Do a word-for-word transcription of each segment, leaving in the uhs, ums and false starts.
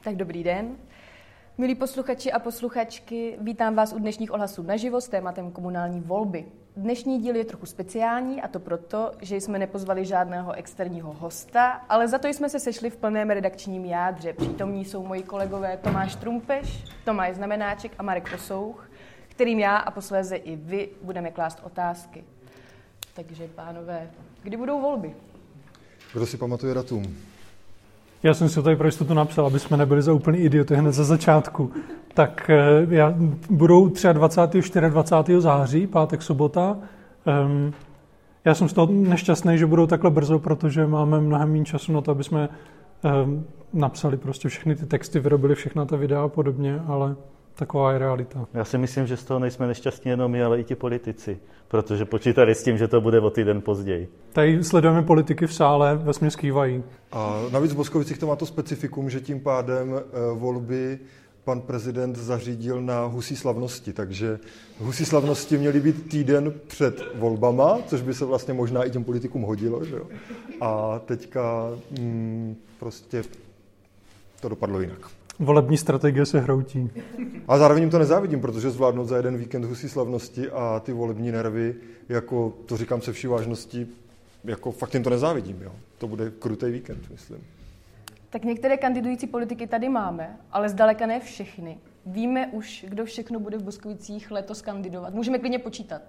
Tak dobrý den. Milí posluchači a posluchačky, vítám vás u dnešních ohlasů naživo s tématem komunální volby. Dnešní díl je trochu speciální a to proto, že jsme nepozvali žádného externího hosta, ale za to jsme se sešli v plném redakčním jádře. Přítomní jsou moji kolegové Tomáš Trumpeš, Tomáš Znamenáček a Marek Posouch, kterým já a posléze i vy budeme klást otázky. Takže, pánové, kdy budou volby? Kdo si pamatuje datum? Já jsem si to tady pro jistotu napsal, aby jsme nebyli za úplný idioty hned za začátku. Tak já, budou dvacátého třetího, dvacátého čtvrtého září, pátek, sobota. Um, já jsem z toho nešťastný, že budou takhle brzo, protože máme mnohem méně času na to, aby jsme um, napsali prostě všechny ty texty, vyrobili všechna ta videa a podobně, ale taková je realita. Já si myslím, že z toho nejsme nešťastní jenom my, ale i ti politici, protože počítali s tím, že to bude o týden později. Tady sledujeme politiky v sále, vesměs kývají. A navíc v Boskovicích to má to specifikum, že tím pádem volby pan prezident zařídil na husí slavnosti, takže husí slavnosti měly být týden před volbama, což by se vlastně možná i těm politikům hodilo, že jo? A teďka mm, prostě to dopadlo jinak. Volební strategie se hroutí. A zároveň jim to nezávidím, protože zvládnout za jeden víkend husí slavnosti a ty volební nervy, jako to říkám se vší vážností, jako fakt jim to nezávidím, jo. To bude krutý víkend, myslím. Tak některé kandidující politiky tady máme, ale zdaleka ne všechny. Víme už, kdo všechno bude v Boskovicích letos kandidovat. Můžeme klidně počítat.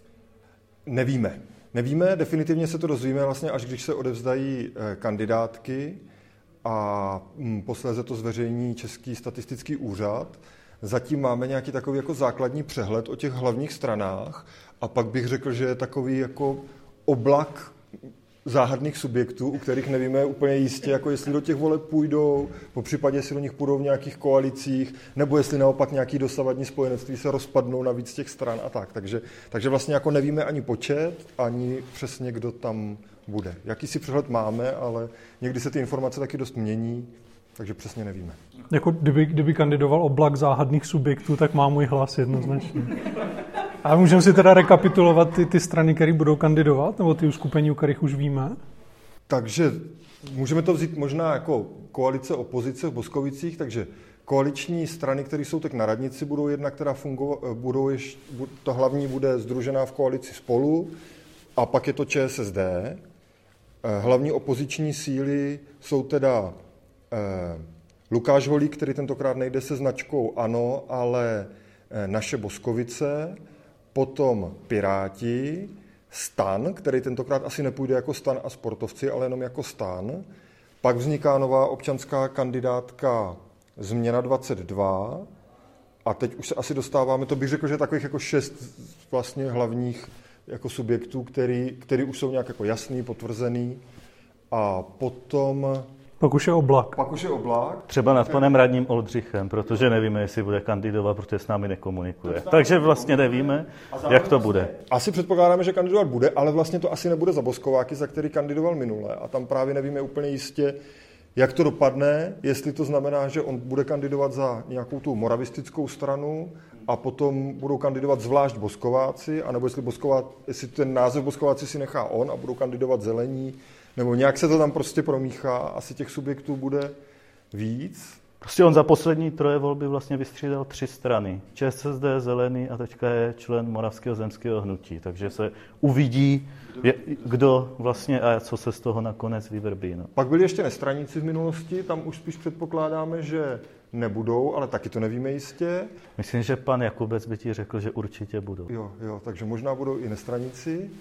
Nevíme. Nevíme, definitivně se to dozvíme vlastně, až když se odevzdají kandidátky a posléze to zveřejní Český statistický úřad. Zatím máme nějaký takový jako základní přehled o těch hlavních stranách a pak bych řekl, že je takový jako oblak záhadných subjektů, u kterých nevíme úplně jistě, jako jestli do těch voleb půjdou, po případě jestli do nich půjdou v nějakých koalicích, nebo jestli naopak nějaký dosavadní spojenectví se rozpadnou na víc těch stran a tak. Takže, takže vlastně jako nevíme ani počet, ani přesně, kdo tam bude. Jakýsi přehled máme, ale někdy se ty informace taky dost mění, takže přesně nevíme. Jako kdyby, kdyby kandidoval oblak záhadných subjektů, tak má můj hlas jednoznačně. A můžeme si teda rekapitulovat ty, ty strany, které budou kandidovat, nebo ty uskupení, u kterých už víme? Takže můžeme to vzít možná jako koalice opozice v Boskovicích, takže koaliční strany, které jsou tak na radnici, budou jedna, která fungovat, budou ještě, to hlavní bude sdružená v koalici Spolu, a pak je to ČSSD. Hlavní opoziční síly jsou teda eh, Lukáš Holík, který tentokrát nejde se značkou ANO, ale eh, Naše Boskovice, potom Piráti, STAN, který tentokrát asi nepůjde jako STAN a sportovci, ale jenom jako STAN. Pak vzniká nová občanská kandidátka Změna dvacet dva a teď už se asi dostáváme, to bych řekl, že takových jako šest vlastně hlavních jako subjektů, který, který už jsou nějak jako jasný, potvrzený. A potom... Pak už je oblak. Pak už je oblak. Třeba nad panem radním Oldřichem, protože nevíme, jestli bude kandidovat, protože s námi nekomunikuje. Takže vlastně nevíme, jak to bude. Asi předpokládáme, že kandidovat bude, ale vlastně to asi nebude za Boskováky, za který kandidoval minule. A tam právě nevíme úplně jistě, jak to dopadne, jestli to znamená, že on bude kandidovat za nějakou tu moravistickou stranu a potom budou kandidovat zvlášť Boskováci, anebo jestli, Bosková, jestli ten název Boskováci si nechá on a budou kandidovat zelení, nebo nějak se to tam prostě promíchá, asi těch subjektů bude víc. Prostě on za poslední troje volby vlastně vystřídal tři strany. ČSSD, Zelený a teďka je člen Moravského zemského hnutí, takže se uvidí, kdo vlastně a co se z toho nakonec vyvrbí. No. Pak byli ještě nestraníci v minulosti, tam už spíš předpokládáme, že nebudou, ale taky to nevíme jistě. Myslím, že pan Jakubec by ti řekl, že určitě budou. Jo, jo, takže možná budou i nestraníci.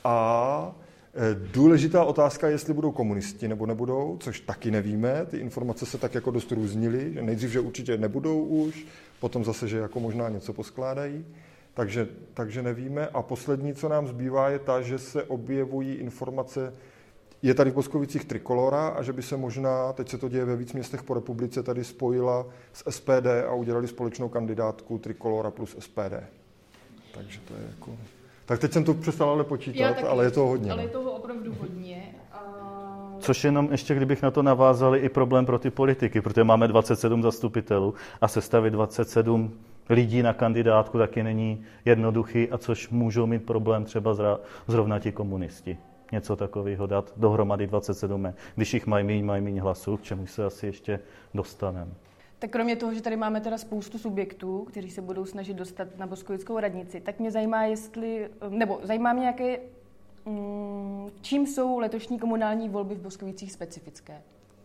A důležitá otázka je, jestli budou komunisti nebo nebudou, což taky nevíme. Ty informace se tak jako dost různily. Nejdřív, že určitě nebudou už, potom zase, že jako možná něco poskládají. Takže, takže nevíme. A poslední, co nám zbývá, je ta, že se objevují informace, je tady v Boskovicích Trikolora a že by se možná, teď se to děje ve víc městech po republice, tady spojila s S P D a udělali společnou kandidátku Trikolora plus S P D. Takže to je jako... Tak teď jsem to přestal ale počítat, taky, ale je toho hodně. Ale je toho opravdu hodně. A... Což jenom ještě, kdybych na to navázali, i problém pro ty politiky, protože máme dvacet sedm zastupitelů a sestavit dvacet sedm lidí na kandidátku taky není jednoduchý, a což můžou mít problém třeba zrovna ti komunisti. něco takového dát, dohromady dvacet sedm, když jich mají méně, mají méně hlasů, k čemu se asi ještě dostaneme. Tak kromě toho, že tady máme teda spoustu subjektů, kteří se budou snažit dostat na boskovickou radnici, tak mě zajímá, jestli, nebo zajímá mě, jaké, mm, čím jsou letošní komunální volby v Boskovicích specifické?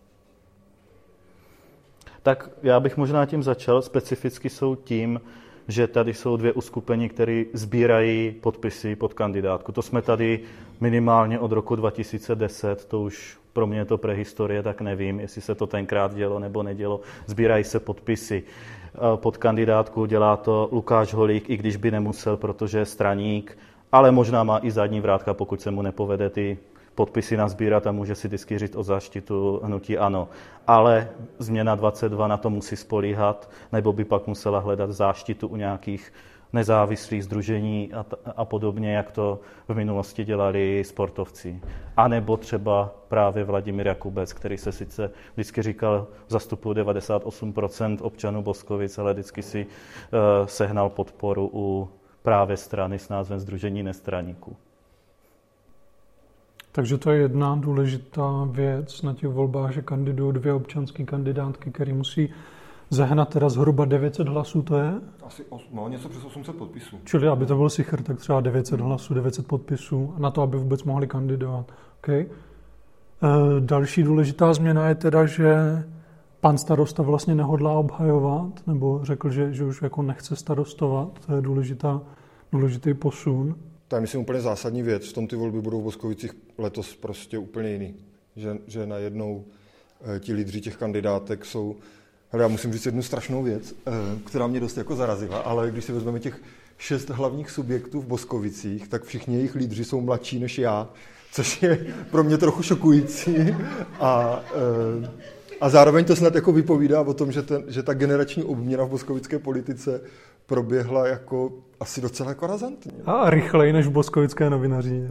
Tak já bych možná tím začal. Specificky jsou tím, že tady jsou dvě uskupení, které sbírají podpisy pod kandidátku. To jsme tady minimálně od roku dva tisíce deset, to už pro mě je to prehistorie, tak nevím, jestli se to tenkrát dělo nebo nedělo. Sbírají se podpisy pod kandidátku, dělá to Lukáš Holík, i když by nemusel, protože je straník, ale možná má i zadní vrátka, pokud se mu nepovede ty podpisy nazbírat a může si vždycky říct o záštitu hnutí ANO. Ale změna dvacet dva na to musí spolíhat, nebo by pak musela hledat záštitu u nějakých nezávislých sdružení a, t- a podobně, jak to v minulosti dělali sportovci. A nebo třeba právě Vladimír Jakubec, který se sice vždycky říkal, zastupuje devadesát osm procent občanů Boskovic, ale vždycky si uh, sehnal podporu u právě strany s názvem Sdružení nestraníků. Takže to je jedna důležitá věc na těch volbách, že kandidují dvě občanské kandidátky, které musí zehnat teda zhruba devět set hlasů, to je? Asi os, no, něco přes osm set podpisů. Čili aby to byl sichr, tak třeba devět set hlasů, devět set podpisů, na to, aby vůbec mohli kandidovat. Okay. E, další důležitá změna je teda, že pan starosta vlastně nehodlá obhajovat, nebo řekl, že, že už jako nechce starostovat. To je důležitá, důležitý posun. To je, myslím, úplně zásadní věc. V tom ty volby budou v Boskovicích letos prostě úplně jiný. Že, že najednou e, ti lídři těch kandidátek jsou... Hele, já musím říct jednu strašnou věc, e, která mě dost jako zarazila, ale když si vezmeme těch šest hlavních subjektů v Boskovicích, tak všichni jejich lídři jsou mladší než já, což je pro mě trochu šokující. A, e, a zároveň to snad jako vypovídá o tom, že, ten, že ta generační obměna v boskovické politice proběhla jako asi docela jako razantně. A rychleji než v boskovické novinařině.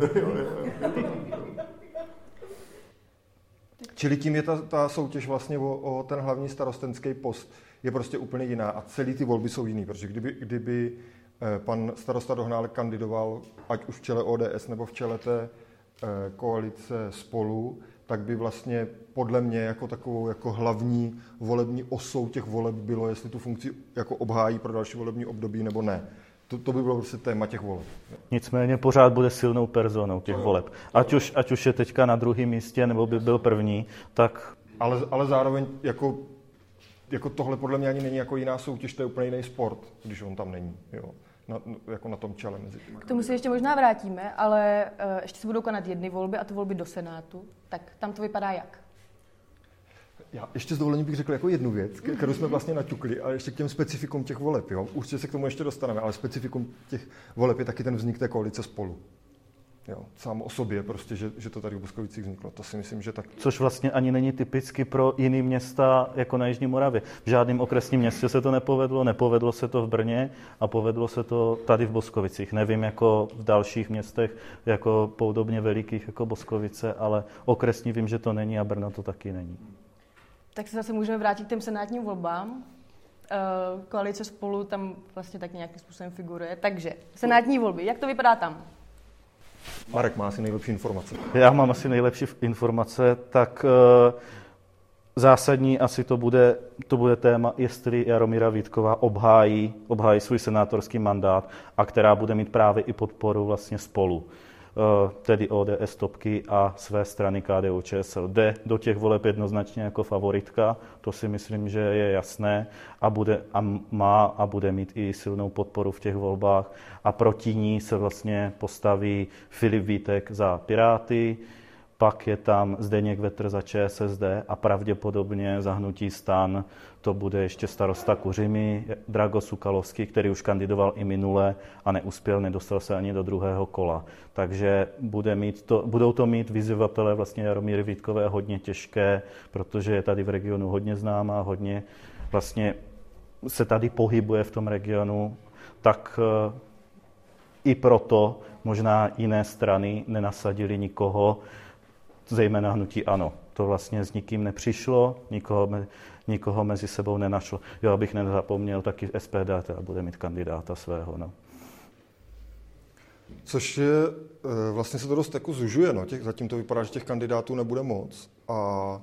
Čili tím je ta, ta soutěž vlastně o, o ten hlavní starostenský post je prostě úplně jiná a celý ty volby jsou jiný, protože kdyby, kdyby pan starosta Dohnálek kandidoval, ať už v čele O D S nebo v čele té koalice Spolu, tak by vlastně podle mě jako takovou jako hlavní volební osou těch voleb bylo, jestli tu funkci jako obhájí pro další volební období nebo ne. To, to by bylo prostě téma těch voleb. Nicméně pořád bude silnou personou těch voleb. Ať už, ať už je teďka na druhém místě, nebo by byl první, tak... Ale, ale zároveň jako, jako tohle podle mě ani není jako jiná soutěž, to je úplně jiný sport, když on tam není. Jo. Na, jako na tom čele mezi tím. K tomu se ještě možná vrátíme, ale uh, ještě se budou konat jedny volby, a to volby do Senátu. Tak tam to vypadá jak? Já ještě s dovolením bych řekl jako jednu věc, kterou jsme vlastně naťukli, a ještě k těm specifikům těch voleb. Jo? Určitě se k tomu ještě dostaneme, ale specifikum těch voleb je taky ten vznik té koalice Spolu. Jo, sám o sobě prostě, že, že to tady v Boskovicích vzniklo. To si myslím, že tak. Což vlastně ani není typicky pro jiný města jako na Jižní Moravě. V žádném okresním městě se to nepovedlo, nepovedlo se to v Brně a povedlo se to tady v Boskovicích. Nevím jako v dalších městech, jako podobně velikých jako Boskovice, ale okresní vím, že to není a Brno to taky není. Tak se zase můžeme vrátit k těm senátním volbám. Koalice Spolu tam vlastně tak nějakým způsobem figuruje. Takže senátní volby, jak to vypadá tam? Marek má asi nejlepší informace. Já mám asi nejlepší informace, tak e, zásadní asi to bude, to bude téma, jestli Jaromíra Vítková obhájí, obhájí svůj senátorský mandát a která bude mít právě i podporu vlastně Spolu, e, tedy O D S, Topky a své strany K D U Č S L. Jde do těch voleb jednoznačně jako favoritka, to si myslím, že je jasné a, bude, a má a bude mít i silnou podporu v těch volbách. A proti ní se vlastně postaví Filip Vítek za Piráty, pak je tam Zdeněk Vetr za Č S S D a pravděpodobně za hnutí STAN to bude ještě starosta Kuřimy, Drago Sukalovský, který už kandidoval i minule a neuspěl, nedostal se ani do druhého kola. Takže bude mít to, budou to mít vyzývatelé vlastně Jaromíry Vítkové hodně těžké, protože je tady v regionu hodně známá, hodně vlastně se tady pohybuje v tom regionu, tak i proto možná jiné strany nenasadili nikoho, zejména hnutí ANO. To vlastně s nikým nepřišlo, nikoho, nikoho mezi sebou nenašlo. Jo, abych nezapomněl, taky S P D teda bude mít kandidáta svého. No. Což je, vlastně se to dost jako zužuje, no. Těch, zatím to vypadá, že těch kandidátů nebude moc a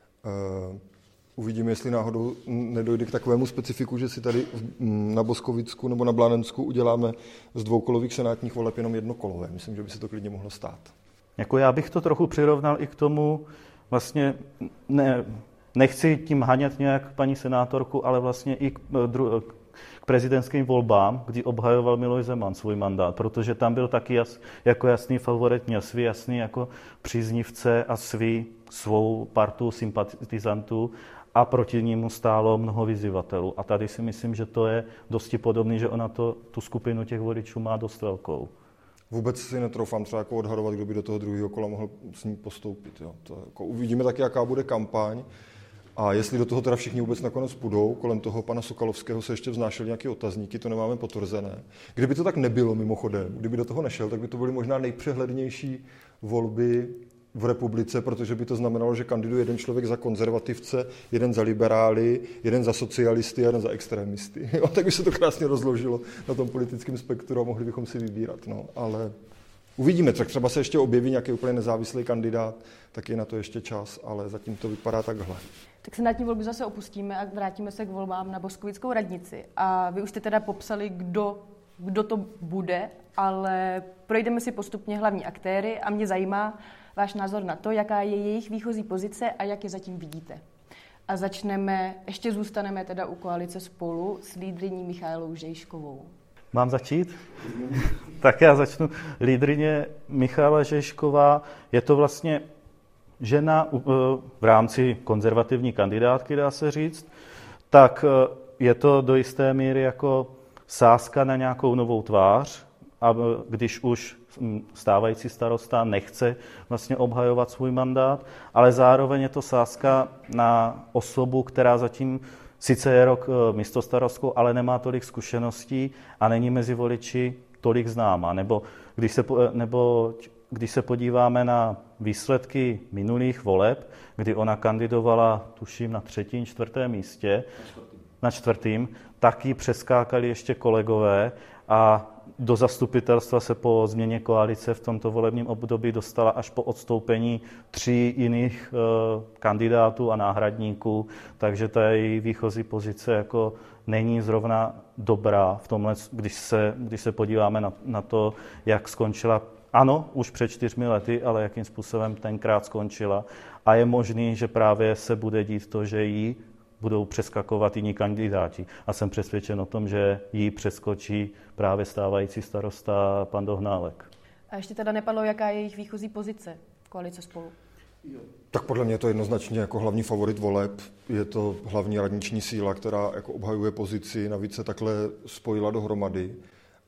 uh, uvidíme, jestli náhodou nedojde k takovému specifiku, že si tady na Boskovicku nebo na Blanensku uděláme z dvoukolových senátních voleb jenom jednokolové. Myslím, že by se to klidně mohlo stát. Jako já bych to trochu přirovnal i k tomu, vlastně ne, nechci tím hanět nějak paní senátorku, ale vlastně i k, dru, k prezidentským volbám, kdy obhajoval Miloš Zeman svůj mandát, protože tam byl taky jas, jako jasný favorit, měl svý jasný jako příznivce a svý, svou partu sympatizantů a proti němu stálo mnoho vyzývatelů. A tady si myslím, že to je dosti podobný, že ona to, tu skupinu těch voličů má dost velkou. Vůbec si netroufám třeba jako odhadovat, kdo by do toho druhého kola mohl s ní postoupit. Jo. To jako uvidíme taky, jaká bude kampaň a jestli do toho teda všichni vůbec nakonec půjdou. Kolem toho pana Sokalovského se ještě vznášely nějaké otazníky, to nemáme potvrzené. Kdyby to tak nebylo mimochodem, kdyby do toho nešel, tak by to byly možná nejpřehlednější volby v republice, protože by to znamenalo, že kandiduje jeden člověk za konzervativce, jeden za liberály, jeden za socialisty a jeden za extrémisty. Jo, tak by se to krásně rozložilo na tom politickém spektru a mohli bychom si vybírat. No. Ale uvidíme, tak třeba se ještě objeví nějaký úplně nezávislý kandidát, tak je na to ještě čas, ale zatím to vypadá takhle. Tak senátní volby zase opustíme a vrátíme se k volbám na Boskovickou radnici. A vy už jste teda popsali, kdo, kdo to bude, ale projdeme si postupně hlavní aktéry a mě zajímá váš názor na to, jaká je jejich výchozí pozice a jak je zatím vidíte. A začneme, ještě zůstaneme teda u koalice Spolu s lídryní Michaelou Žejškovou. Mám začít? Tak já začnu. Lídryně Michaela Žejšková je to vlastně žena v rámci konzervativní kandidátky, dá se říct, tak je to do jisté míry jako sázka na nějakou novou tvář, a když už stávající starosta nechce vlastně obhajovat svůj mandát, ale zároveň je to sázka na osobu, která zatím sice je rok místostarostkou, ale nemá tolik zkušeností a není mezi voliči tolik známá. Nebo když se, nebo když se podíváme na výsledky minulých voleb, kdy ona kandidovala, tuším, na třetím, čtvrtém místě, na čtvrtým, tak ji přeskákali ještě kolegové a do zastupitelstva se po změně koalice v tomto volebním období dostala až po odstoupení tří jiných e, kandidátů a náhradníků, takže ta její výchozí pozice jako není zrovna dobrá v tomhle, když se, když se podíváme na, na to, jak skončila, ano, už před čtyřmi lety, ale jakým způsobem tenkrát skončila. A je možný, že právě se bude dít to, že jí budou přeskakovat jiní kandidáti. A jsem přesvědčen o tom, že ji přeskočí právě stávající starosta pan Dohnálek. A ještě teda nepadlo, jaká je jejich výchozí pozice koalice Spolu? Tak podle mě je to jednoznačně jako hlavní favorit voleb. Je to hlavní radniční síla, která jako obhajuje pozici, navíc se takhle spojila dohromady.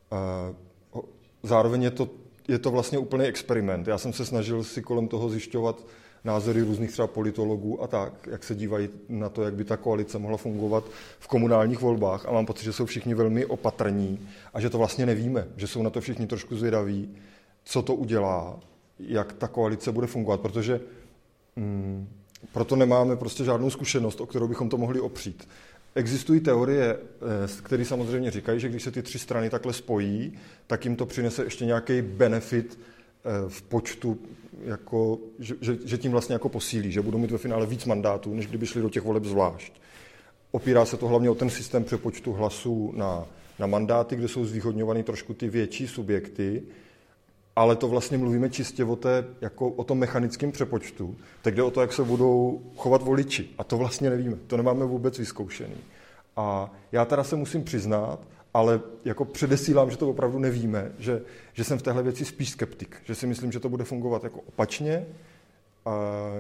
Zároveň je to, je to vlastně úplný experiment. Já jsem se snažil si kolem toho zjišťovat názory různých třeba politologů a tak, jak se dívají na to, jak by ta koalice mohla fungovat v komunálních volbách a mám pocit, že jsou všichni velmi opatrní a že to vlastně nevíme, že jsou na to všichni trošku zvědaví, co to udělá, jak ta koalice bude fungovat, protože mm, proto nemáme prostě žádnou zkušenost, o kterou bychom to mohli opřít. Existují teorie, které samozřejmě říkají, že když se ty tři strany takhle spojí, tak jim to přinese ještě nějaký benefit v počtu, jako, že, že, že tím vlastně jako posílí, že budou mít ve finále víc mandátů, než kdyby šli do těch voleb zvlášť. Opírá se to hlavně o ten systém přepočtu hlasů na, na mandáty, kde jsou zvýhodňovány trošku ty větší subjekty, ale to vlastně mluvíme čistě o, té, jako o tom mechanickém přepočtu, tak jde o to, jak se budou chovat voliči. A to vlastně nevíme, to nemáme vůbec vyzkoušený. A já teda se musím přiznat, ale jako předesílám, že to opravdu nevíme, že, že jsem v téhle věci spíš skeptik, že si myslím, že to bude fungovat jako opačně. A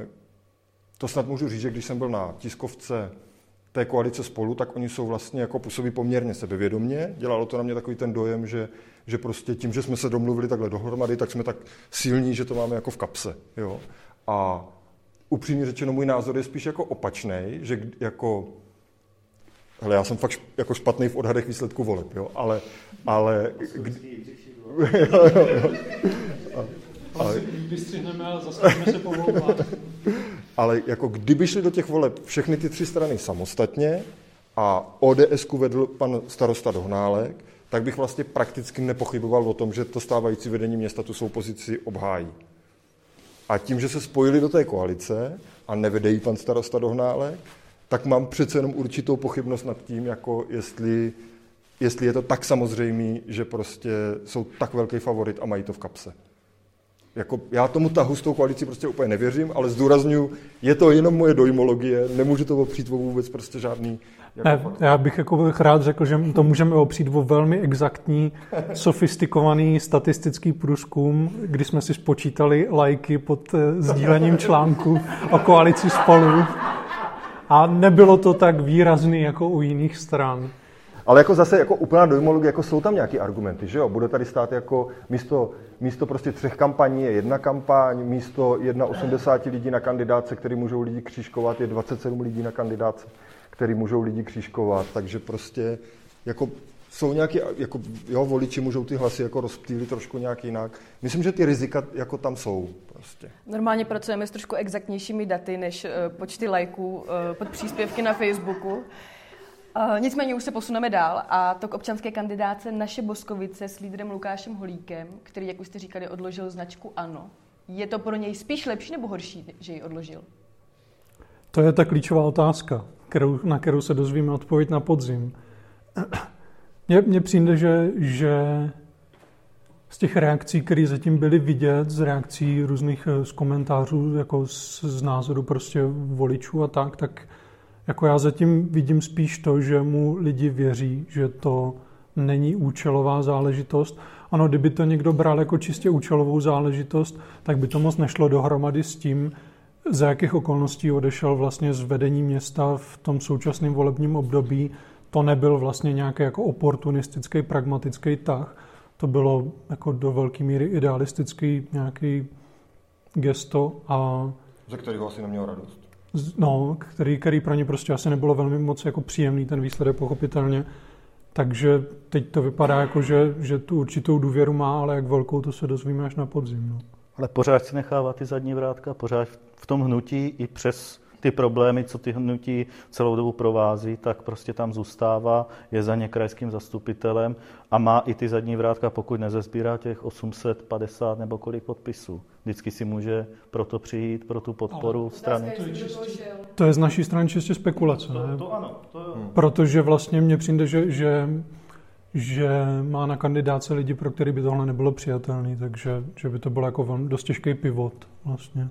to snad můžu říct, že když jsem byl na tiskovce té koalice Spolu, tak oni jsou vlastně jako působí poměrně sebevědomně. Dělalo to na mě takový ten dojem, že, že prostě tím, že jsme se domluvili takhle dohromady, tak jsme tak silní, že to máme jako v kapse. Jo? A upřímně řečeno, můj názor je spíš jako opačnej, že jako hele, já jsem fakt jako špatný v odhadech výsledku voleb, jo, ale... ale kdy... jo, jo, jo. A, ale... Vystřihneme a zastavíme se po volbách. Ale jako kdyby šli do těch voleb všechny ty tři strany samostatně a O D S ku vedl pan starosta Dohnálek, tak bych vlastně prakticky nepochyboval o tom, že to stávající vedení města tu svou pozici obhájí. A tím, že se spojili do té koalice a nevede jí pan starosta Dohnálek, tak mám přece jenom určitou pochybnost nad tím, jako jestli, jestli je to tak samozřejmý, že prostě jsou tak velký favorit a mají to v kapse. Jako, já tomu tahu s tou koalicí prostě úplně nevěřím, ale zdůraznuju, je to jenom moje dojmologie, nemůžu to opřít o vůbec prostě žádný... Jako ne, já bych jako rád řekl, že to můžeme opřít o velmi exaktní, sofistikovaný statistický průzkum, kdy jsme si spočítali lajky pod sdílením článku o koalici Spolu. A nebylo to tak výrazný jako u jiných stran. Ale jako zase jako úplná dojmologie, jako jsou tam nějaké argumenty, že jo? Bude tady stát jako místo, místo prostě třech kampaní je jedna kampaň, místo osmdesát jedna lidí na kandidáce, který můžou lidi křížkovat, je dvacet sedm lidí na kandidáce, který můžou lidi křížkovat, takže prostě jako jsou nějaké, jako jo, voliči můžou ty hlasy jako rozptýlit trošku nějak jinak. Myslím, že ty rizika jako tam jsou prostě. Normálně pracujeme s trošku exaktnějšími daty než uh, počty lajků uh, pod příspěvky na Facebooku. Uh, nicméně už se posuneme dál a to k občanské kandidáce Naše Boskovice s lídrem Lukášem Holíkem, který, jak už jste říkali, odložil značku ANO. Je to pro něj spíš lepší nebo horší, že ji odložil? To je ta klíčová otázka, kterou, na kterou se dozvíme odpověď na podzim. Mně přijde, že, že z těch reakcí, které zatím byly vidět, z reakcí různých z komentářů, jako z, z názoru prostě voličů a tak, tak jako já zatím vidím spíš to, že mu lidi věří, že to není účelová záležitost. Ano, kdyby to někdo bral jako čistě účelovou záležitost, tak by to moc nešlo dohromady s tím, za jakých okolností odešel vlastně z vedení města v tom současném volebním období. To nebyl vlastně nějaký jako oportunistický, pragmatický tah. To bylo jako do velké míry idealistický nějaký gesto. A ze kterého asi neměl radost. No, který, který pro ně prostě asi nebylo velmi moc jako příjemný, ten výsledek pochopitelně. Takže teď to vypadá jako, že, že tu určitou důvěru má, ale jak velkou, to se dozvíme až na podzim. No. Ale pořád si nechává ty zadní vrátka, pořád v tom hnutí i přes ty problémy, co ty hnutí celou dobu provází, tak prostě tam zůstává, je za ně krajským zastupitelem a má i ty zadní vrátka, pokud nezesbírá těch osm set padesát nebo kolik podpisů. Vždycky si může proto přijít, pro tu podporu Ale strany. To je, čistě, to je z naší strany čistě spekulace, ne? To, to ano. To jo. Hmm. Protože vlastně mně přijde, že, že, že má na kandidáce lidi, pro který by tohle nebylo přijatelný, takže že by to bylo jako velmi dost těžký pivot vlastně.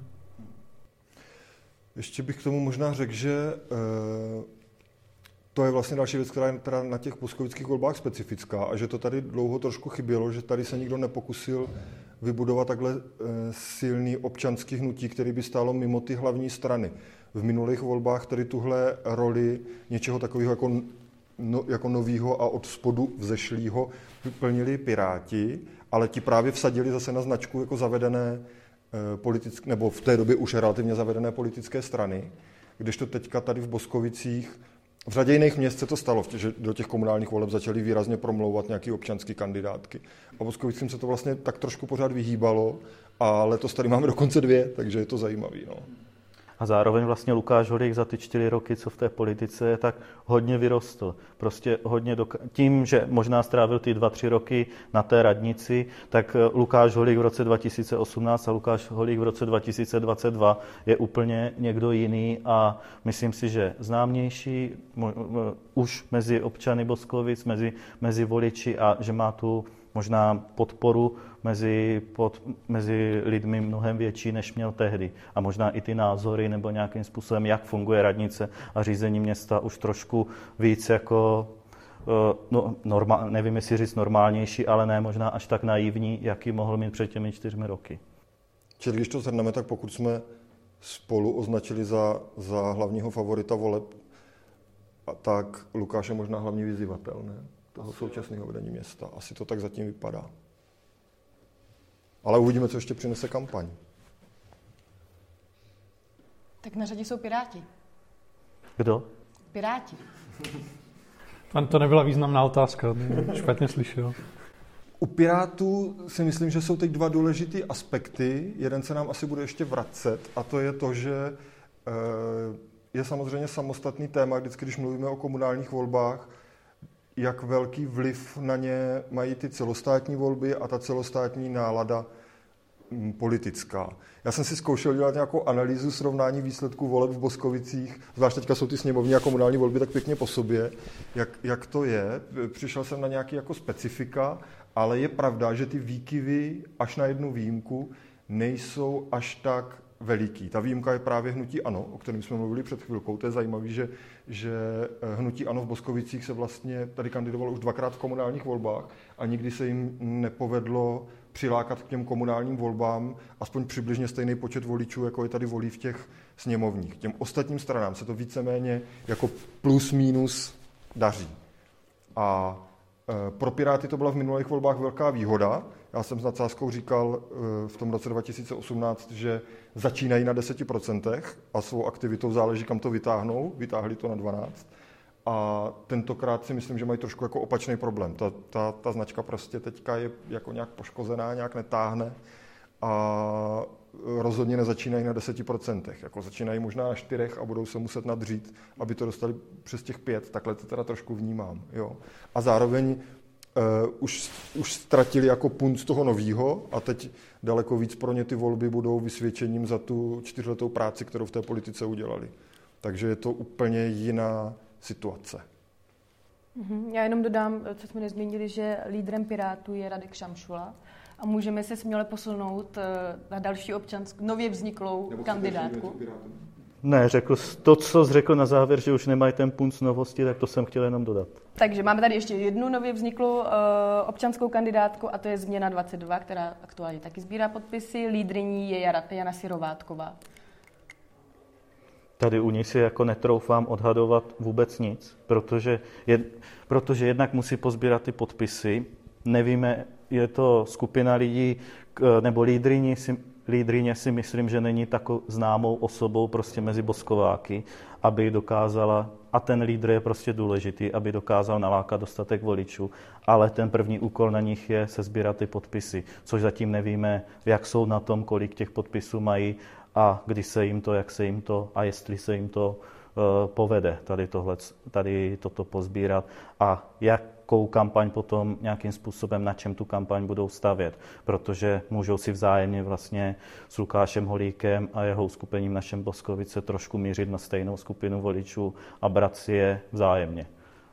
Ještě bych k tomu možná řekl, že e, to je vlastně další věc, která je teda na těch boskovických volbách specifická a že to tady dlouho trošku chybělo, že tady se nikdo nepokusil vybudovat takhle e, silný občanský hnutí, který by stálo mimo ty hlavní strany. V minulých volbách tady tuhle roli něčeho takového jako, no, jako novýho a od spodu vzešlýho vyplnili Piráti, ale ti právě vsadili zase na značku jako zavedené politické, nebo v té době už relativně zavedené politické strany, kdežto teďka tady v Boskovicích, v řadě jiných měst se to stalo, že do těch komunálních voleb začaly výrazně promlouvat nějaký občanský kandidátky. A Boskovicím se to vlastně tak trošku pořád vyhýbalo a letos tady máme dokonce dvě, takže je to zajímavý. No. A zároveň vlastně Lukáš Holík za ty čtyři roky, co v té politice je, tak hodně vyrostl. Prostě hodně doka- tím, že možná strávil ty dva, tři roky na té radnici, tak Lukáš Holík v roce dva tisíce osmnáct a Lukáš Holík v roce dva tisíce dvacet dva je úplně někdo jiný a myslím si, že známější už mezi občany Boskovic, mezi, mezi voliči a že má tu možná podporu mezi, pod, mezi lidmi mnohem větší, než měl tehdy. A možná i ty názory nebo nějakým způsobem, jak funguje radnice a řízení města už trošku víc jako, no, normál, nevím, jestli říct normálnější, ale ne možná až tak naivní, jaký mohl mít před těmi čtyřmi roky. Čili když to shrneme, tak pokud jsme Spolu označili za, za hlavního favorita voleb, tak Lukáš je možná hlavní vyzývatel, ne? Toho současného vedení města. Asi to tak zatím vypadá. Ale uvidíme, co ještě přinese kampaň. Tak na řadě jsou Piráti. Kdo? Piráti. To nebyla významná otázka, špatně slyšel. U Pirátů si myslím, že jsou teď dva důležitý aspekty. Jeden se nám asi bude ještě vracet a to je to, že je samozřejmě samostatný téma, vždycky, když mluvíme o komunálních volbách, jak velký vliv na ně mají ty celostátní volby a ta celostátní nálada politická. Já jsem si zkoušel dělat nějakou analýzu srovnání výsledků voleb v Boskovicích, zvlášť teďka jsou ty sněmovní a komunální volby tak pěkně po sobě, jak, jak to je. Přišel jsem na nějaké jako specifika, ale je pravda, že ty výkyvy až na jednu výjimku nejsou až tak veliký. Ta výjimka je právě hnutí ANO, o kterém jsme mluvili před chvilkou. To je zajímavé, že, že hnutí ANO v Boskovicích se vlastně tady kandidovalo už dvakrát v komunálních volbách a nikdy se jim nepovedlo přilákat k těm komunálním volbám aspoň přibližně stejný počet voličů, jako je tady volí v těch sněmovních. Těm ostatním stranám se to víceméně jako plus minus daří. A pro Piráty to byla v minulých volbách velká výhoda. Já jsem s nadsázkou říkal v tom roce dva tisíce osmnáct, že začínají na deseti procentech a svou aktivitou záleží, kam to vytáhnou. Vytáhli to na dvanáct procent. A tentokrát si myslím, že mají trošku jako opačný problém. Ta, ta, ta značka prostě teďka je jako nějak poškozená, nějak netáhne a rozhodně nezačínají na deseti procentech. Jako začínají možná na čtyřech a budou se muset nadřít, aby to dostali přes těch pět. Takhle to teda trošku vnímám. Jo. A zároveň uh, už, už ztratili jako punt z toho novýho a teď daleko víc pro ně ty volby budou vysvědčením za tu čtyřletou práci, kterou v té politice udělali. Takže je to úplně jiná situace. Já jenom dodám, co jsme nezmínili, že lídrem Pirátů je Radek Šamšula a můžeme se směle posunout na další občanskou, nově vzniklou Nebo kandidátku. Ne, řekl to, co jsi řekl na závěr, že už nemají ten punc novosti, tak to jsem chtěl jenom dodat. Takže máme tady ještě jednu nově vzniklou uh, občanskou kandidátku a to je Změna dvacet dva, která aktuálně taky sbírá podpisy. Lídryní je Jana Syrovátková. Tady u ní si jako netroufám odhadovat vůbec nic, protože, je, protože jednak musí pozbírat ty podpisy. Nevíme, je to skupina lidí, nebo lídryně si, lídryně si myslím, že není takovou známou osobou prostě mezi Boskováky, aby dokázala, a ten lídr je prostě důležitý, aby dokázal nalákat dostatek voličů, ale ten první úkol na nich je sesbírat ty podpisy, což zatím nevíme, jak jsou na tom, kolik těch podpisů mají, a kdy se jim to, jak se jim to a jestli se jim to uh, povede tady, tohle, tady toto pozbírat a jakou kampaň potom nějakým způsobem, na čem tu kampaň budou stavět, protože můžou si vzájemně vlastně s Lukášem Holíkem a jeho uskupením našem Boskovice trošku mířit na stejnou skupinu voličů a brát si je vzájemně.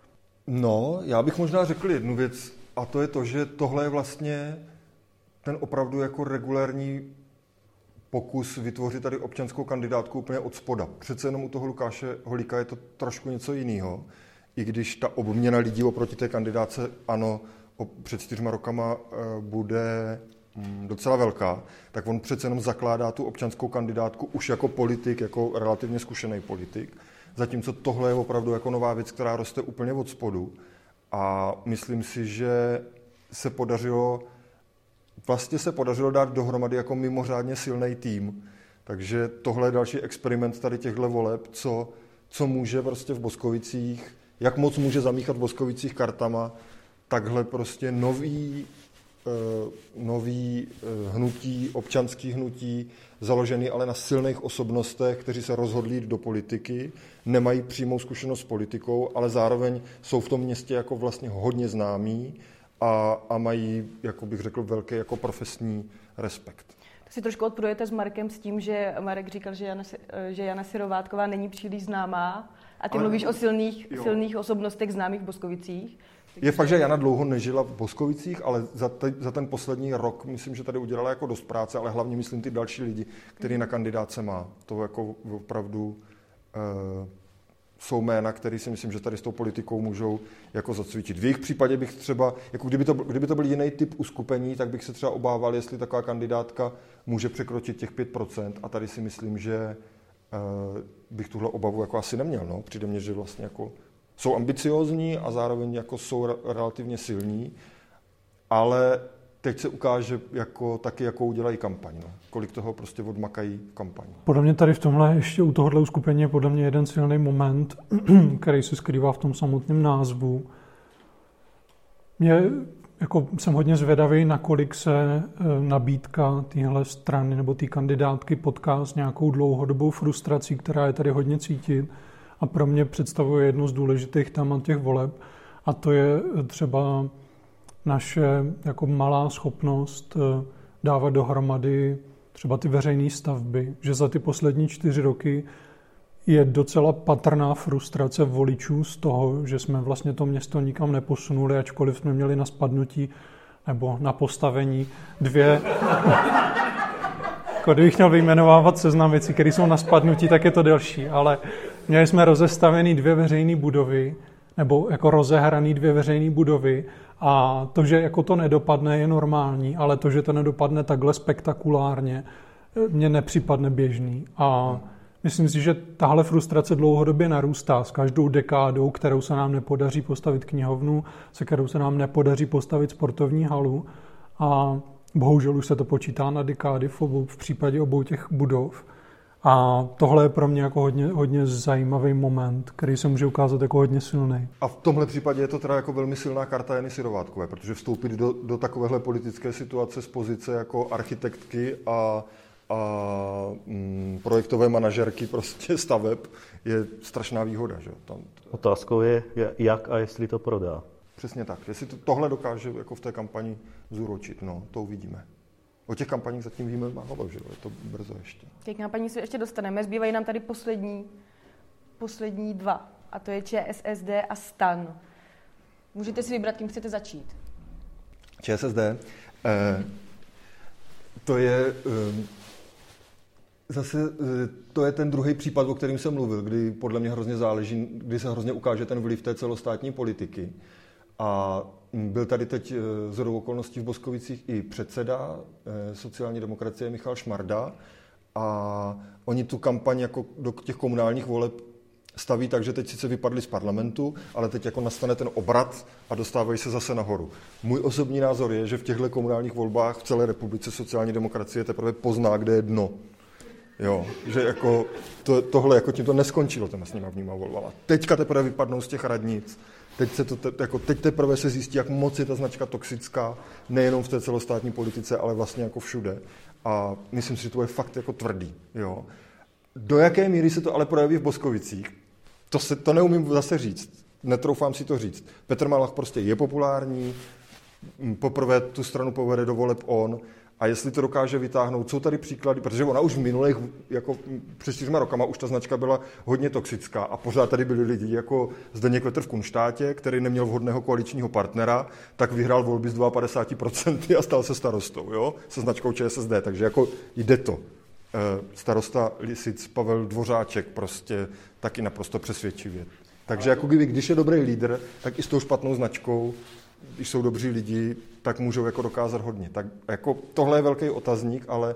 No, já bych možná řekl jednu věc a to je to, že tohle je vlastně ten opravdu jako regulární pokus vytvořit tady občanskou kandidátku úplně od spoda. Přece jenom u toho Lukáše Holíka je to trošku něco jiného. I když ta obměna lidí oproti té kandidáce ANO před čtyřma rokama bude docela velká, tak on přece jenom zakládá tu občanskou kandidátku už jako politik, jako relativně zkušený politik. Zatímco tohle je opravdu jako nová věc, která roste úplně od spodu. A myslím si, že se podařilo Vlastně se podařilo dát dohromady jako mimořádně silný tým. Takže tohle je další experiment tady těchto voleb, co, co může prostě v Boskovicích, jak moc může zamíchat v Boskovicích kartama, takhle prostě nový, uh, nový uh, hnutí, občanský hnutí, založený ale na silných osobnostech, kteří se rozhodli jít do politiky, nemají přímou zkušenost s politikou, ale zároveň jsou v tom městě jako vlastně hodně známí, A, a mají, jako bych řekl, velký jako profesní respekt. To si trošku odporujete s Markem s tím, že Marek říkal, že Jana, že Jana Syrovátková není příliš známá a ty Ale, mluvíš o silných, silných osobnostech známých v Boskovicích. Je fakt, že Jana dlouho nežila v Boskovicích, ale za, te, za ten poslední rok myslím, že tady udělala jako dost práce, ale hlavně myslím ty další lidi, který na kandidáce má. To jako opravdu uh, jsou jména, které si myslím, že tady s tou politikou můžou jako zacvičit. V jejich případě bych třeba, jako kdyby to, kdyby to byl jiný typ uskupení, tak bych se třeba obával, jestli taková kandidátka může překročit těch pět procent a tady si myslím, že uh, bych tuhle obavu jako asi neměl. No. Přijde mně, že vlastně jako jsou ambiciózní a zároveň jako jsou relativně silní, ale teď se ukáže jako, taky, jakou udělají kampaň. No. Kolik toho prostě odmakají kampaň. Podle mě tady v tomhle ještě u tohohle uskupení je podle mě jeden silný moment, který se skrývá v tom samotném názvu. Mě, jako jsem hodně zvědavý, nakolik se nabídka téhle strany nebo té kandidátky potká s nějakou dlouhodobou frustrací, která je tady hodně cítit a pro mě představuje jednu z důležitých témat těch voleb. A to je třeba naše jako malá schopnost dávat dohromady třeba ty veřejné stavby, že za ty poslední čtyři roky je docela patrná frustrace voličů z toho, že jsme vlastně to město nikam neposunuli, ačkoliv jsme měli na spadnutí nebo na postavení dvě... Kdybych měl vyjmenovávat seznam věcí, které jsou na spadnutí, tak je to delší, ale měli jsme rozestavený dvě veřejné budovy, nebo jako rozehraný dvě veřejné budovy a to, že jako to nedopadne, je normální, ale to, že to nedopadne takhle spektakulárně, mně nepřipadne běžný. A myslím si, že tahle frustrace dlouhodobě narůstá s každou dekádou, kterou se nám nepodaří postavit knihovnu, se kterou se nám nepodaří postavit sportovní halu a bohužel už se to počítá na dekády v, obou, v případě obou těch budov. A tohle je pro mě jako hodně, hodně zajímavý moment, který se může ukázat jako hodně silný. A v tomhle případě je to teda jako velmi silná karta Jany Syrovátkové, protože vstoupit do, do takovéhle politické situace z pozice jako architektky a, a mm, projektové manažerky prostě staveb je strašná výhoda. Že? Tam... Otázkou je, jak a jestli to prodá. Přesně tak. Jestli to, tohle dokáže jako v té kampani zúročit, no, to uvidíme. O těch kampaních zatím víme málo, že jo, je to brzo ještě. Těch kampaní se ještě dostaneme, zbývají nám tady poslední, poslední dva, a to je ČSSD a STAN. Můžete si vybrat, kým chcete začít. ČSSD, eh, to je eh, zase, eh, to je ten druhý případ, o kterém jsem mluvil, kdy podle mě hrozně záleží, kdy se hrozně ukáže ten vliv té celostátní politiky. A byl tady teď shodou okolností v Boskovicích i předseda sociální demokracie Michal Šmarda a oni tu kampaň jako do těch komunálních voleb staví tak, že teď sice vypadli z parlamentu, ale teď jako nastane ten obrat a dostávají se zase nahoru. Můj osobní názor je, že v těchto komunálních volbách v celé republice sociální demokracie teprve pozná, kde je dno. Jo, že jako to, tohle jako tím to neskončilo těma sněmovníma volbama. Teďka teprve vypadnou z těch radnic. Teď, se to te, jako teď teprve se zjistí, jak moc je ta značka toxická, nejenom v té celostátní politice, ale vlastně jako všude. A myslím si, že to je fakt jako tvrdý. Jo. Do jaké míry se to ale projeví v Boskovicích, to, se, to neumím zase říct. Netroufám si to říct. Petr Malach prostě je populární, poprvé tu stranu povede do voleb on, a jestli to dokáže vytáhnout, jsou tady příklady, protože ona už v minulých, jako před čtyřma rokama, už ta značka byla hodně toxická a pořád tady byli lidi, jako Zdeněk Vetr v Kunštátě, který neměl vhodného koaličního partnera, tak vyhrál volby z padesát dva procent a stal se starostou, jo, se značkou ČSSD, takže jako jde to. Starosta Lisic Pavel Dvořáček prostě taky naprosto přesvědčivě. Takže jako kdyby, když je dobrý lídr, tak i s tou špatnou značkou, když jsou dobří lidi, tak můžou jako dokázat hodně. Tak jako tohle je velký otazník, ale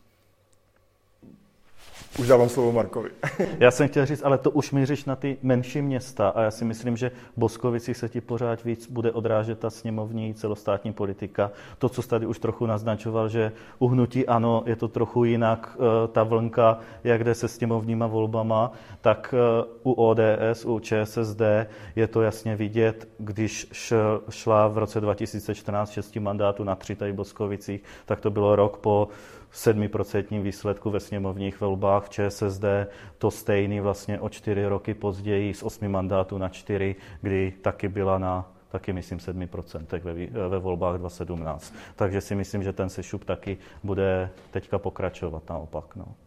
už dávám slovo Markovi. Já jsem chtěl říct, ale to už míříš na ty menší města a já si myslím, že v Boskovicích se ti pořád víc bude odrážet ta sněmovní celostátní politika. To, co jsi tady už trochu naznačoval, že u hnutí ANO je to trochu jinak, ta vlnka, jak jde se sněmovníma volbama, tak u O D S, u ČSSD je to jasně vidět, když šla v roce dva tisíce čtrnáct šesti mandátů na tři tady v Boskovicích, tak to bylo rok po sedmiprocentním výsledku ve sněmovních volbách. V ČSSD to stejný vlastně o čtyři roky později z osmi mandátů na čtyři, kdy taky byla na, taky myslím, sedmi procentech ve, ve volbách dva tisíce sedmnáct. Takže si myslím, že ten sešup taky bude teďka pokračovat naopak. No.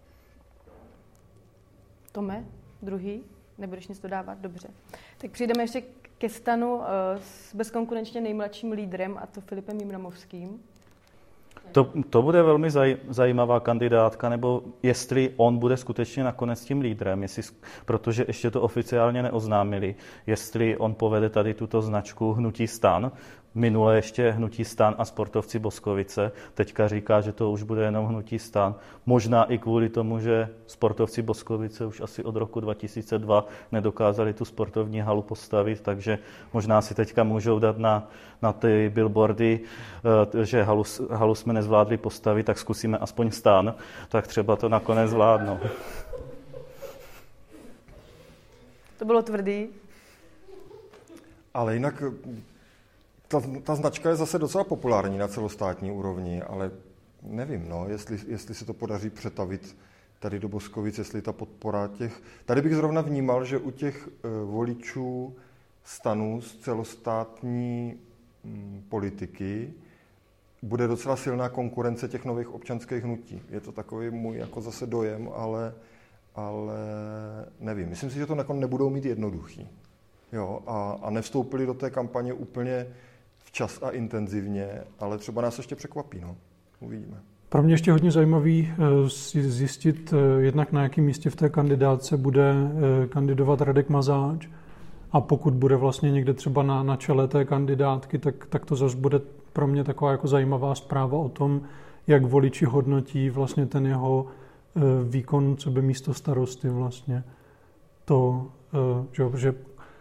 Tome, druhý, nebudeš nic dodávat? Dobře. Tak přijdeme ještě ke STANu s bezkonkurenčně nejmladším lídrem, a to Filipem Jimramovským. To, to bude velmi zaj, zajímavá kandidátka, nebo jestli on bude skutečně nakonec tím lídrem, jestli, protože ještě to oficiálně neoznámili, jestli on povede tady tuto značku Hnutí STAN. Minule ještě Hnutí STAN a Sportovci Boskovice. Teďka říká, že to už bude jenom Hnutí STAN. Možná i kvůli tomu, že Sportovci Boskovice už asi od roku dva tisíce dva nedokázali tu sportovní halu postavit, takže možná si teďka můžou dát na, na ty billboardy, že halu, halu jsme nezvládli postavit, tak zkusíme aspoň STAN, tak třeba to nakonec zvládnou. To bylo tvrdý. Ale jinak ta, ta značka je zase docela populární na celostátní úrovni, ale nevím, no, jestli, jestli se to podaří přetavit tady do Boskovic, jestli ta podpora těch... Tady bych zrovna vnímal, že u těch uh, voličů stanů z celostátní mm, politiky bude docela silná konkurence těch nových občanských hnutí. Je to takový můj jako zase dojem, ale, ale nevím. Myslím si, že to nakonec nebudou mít jednoduchý. Jo, a, a nevstoupili do té kampaně úplně včas a intenzivně, ale třeba nás ještě překvapí. No. Uvidíme. Pro mě ještě hodně zajímavý zjistit jednak, na jakém místě v té kandidátce bude kandidovat Radek Mazáč. A pokud bude vlastně někde třeba na, na čele té kandidátky, tak, tak to zase bude pro mě taková jako zajímavá zpráva o tom, jak voliči hodnotí vlastně ten jeho výkon, co by místo starosty vlastně. To, že, že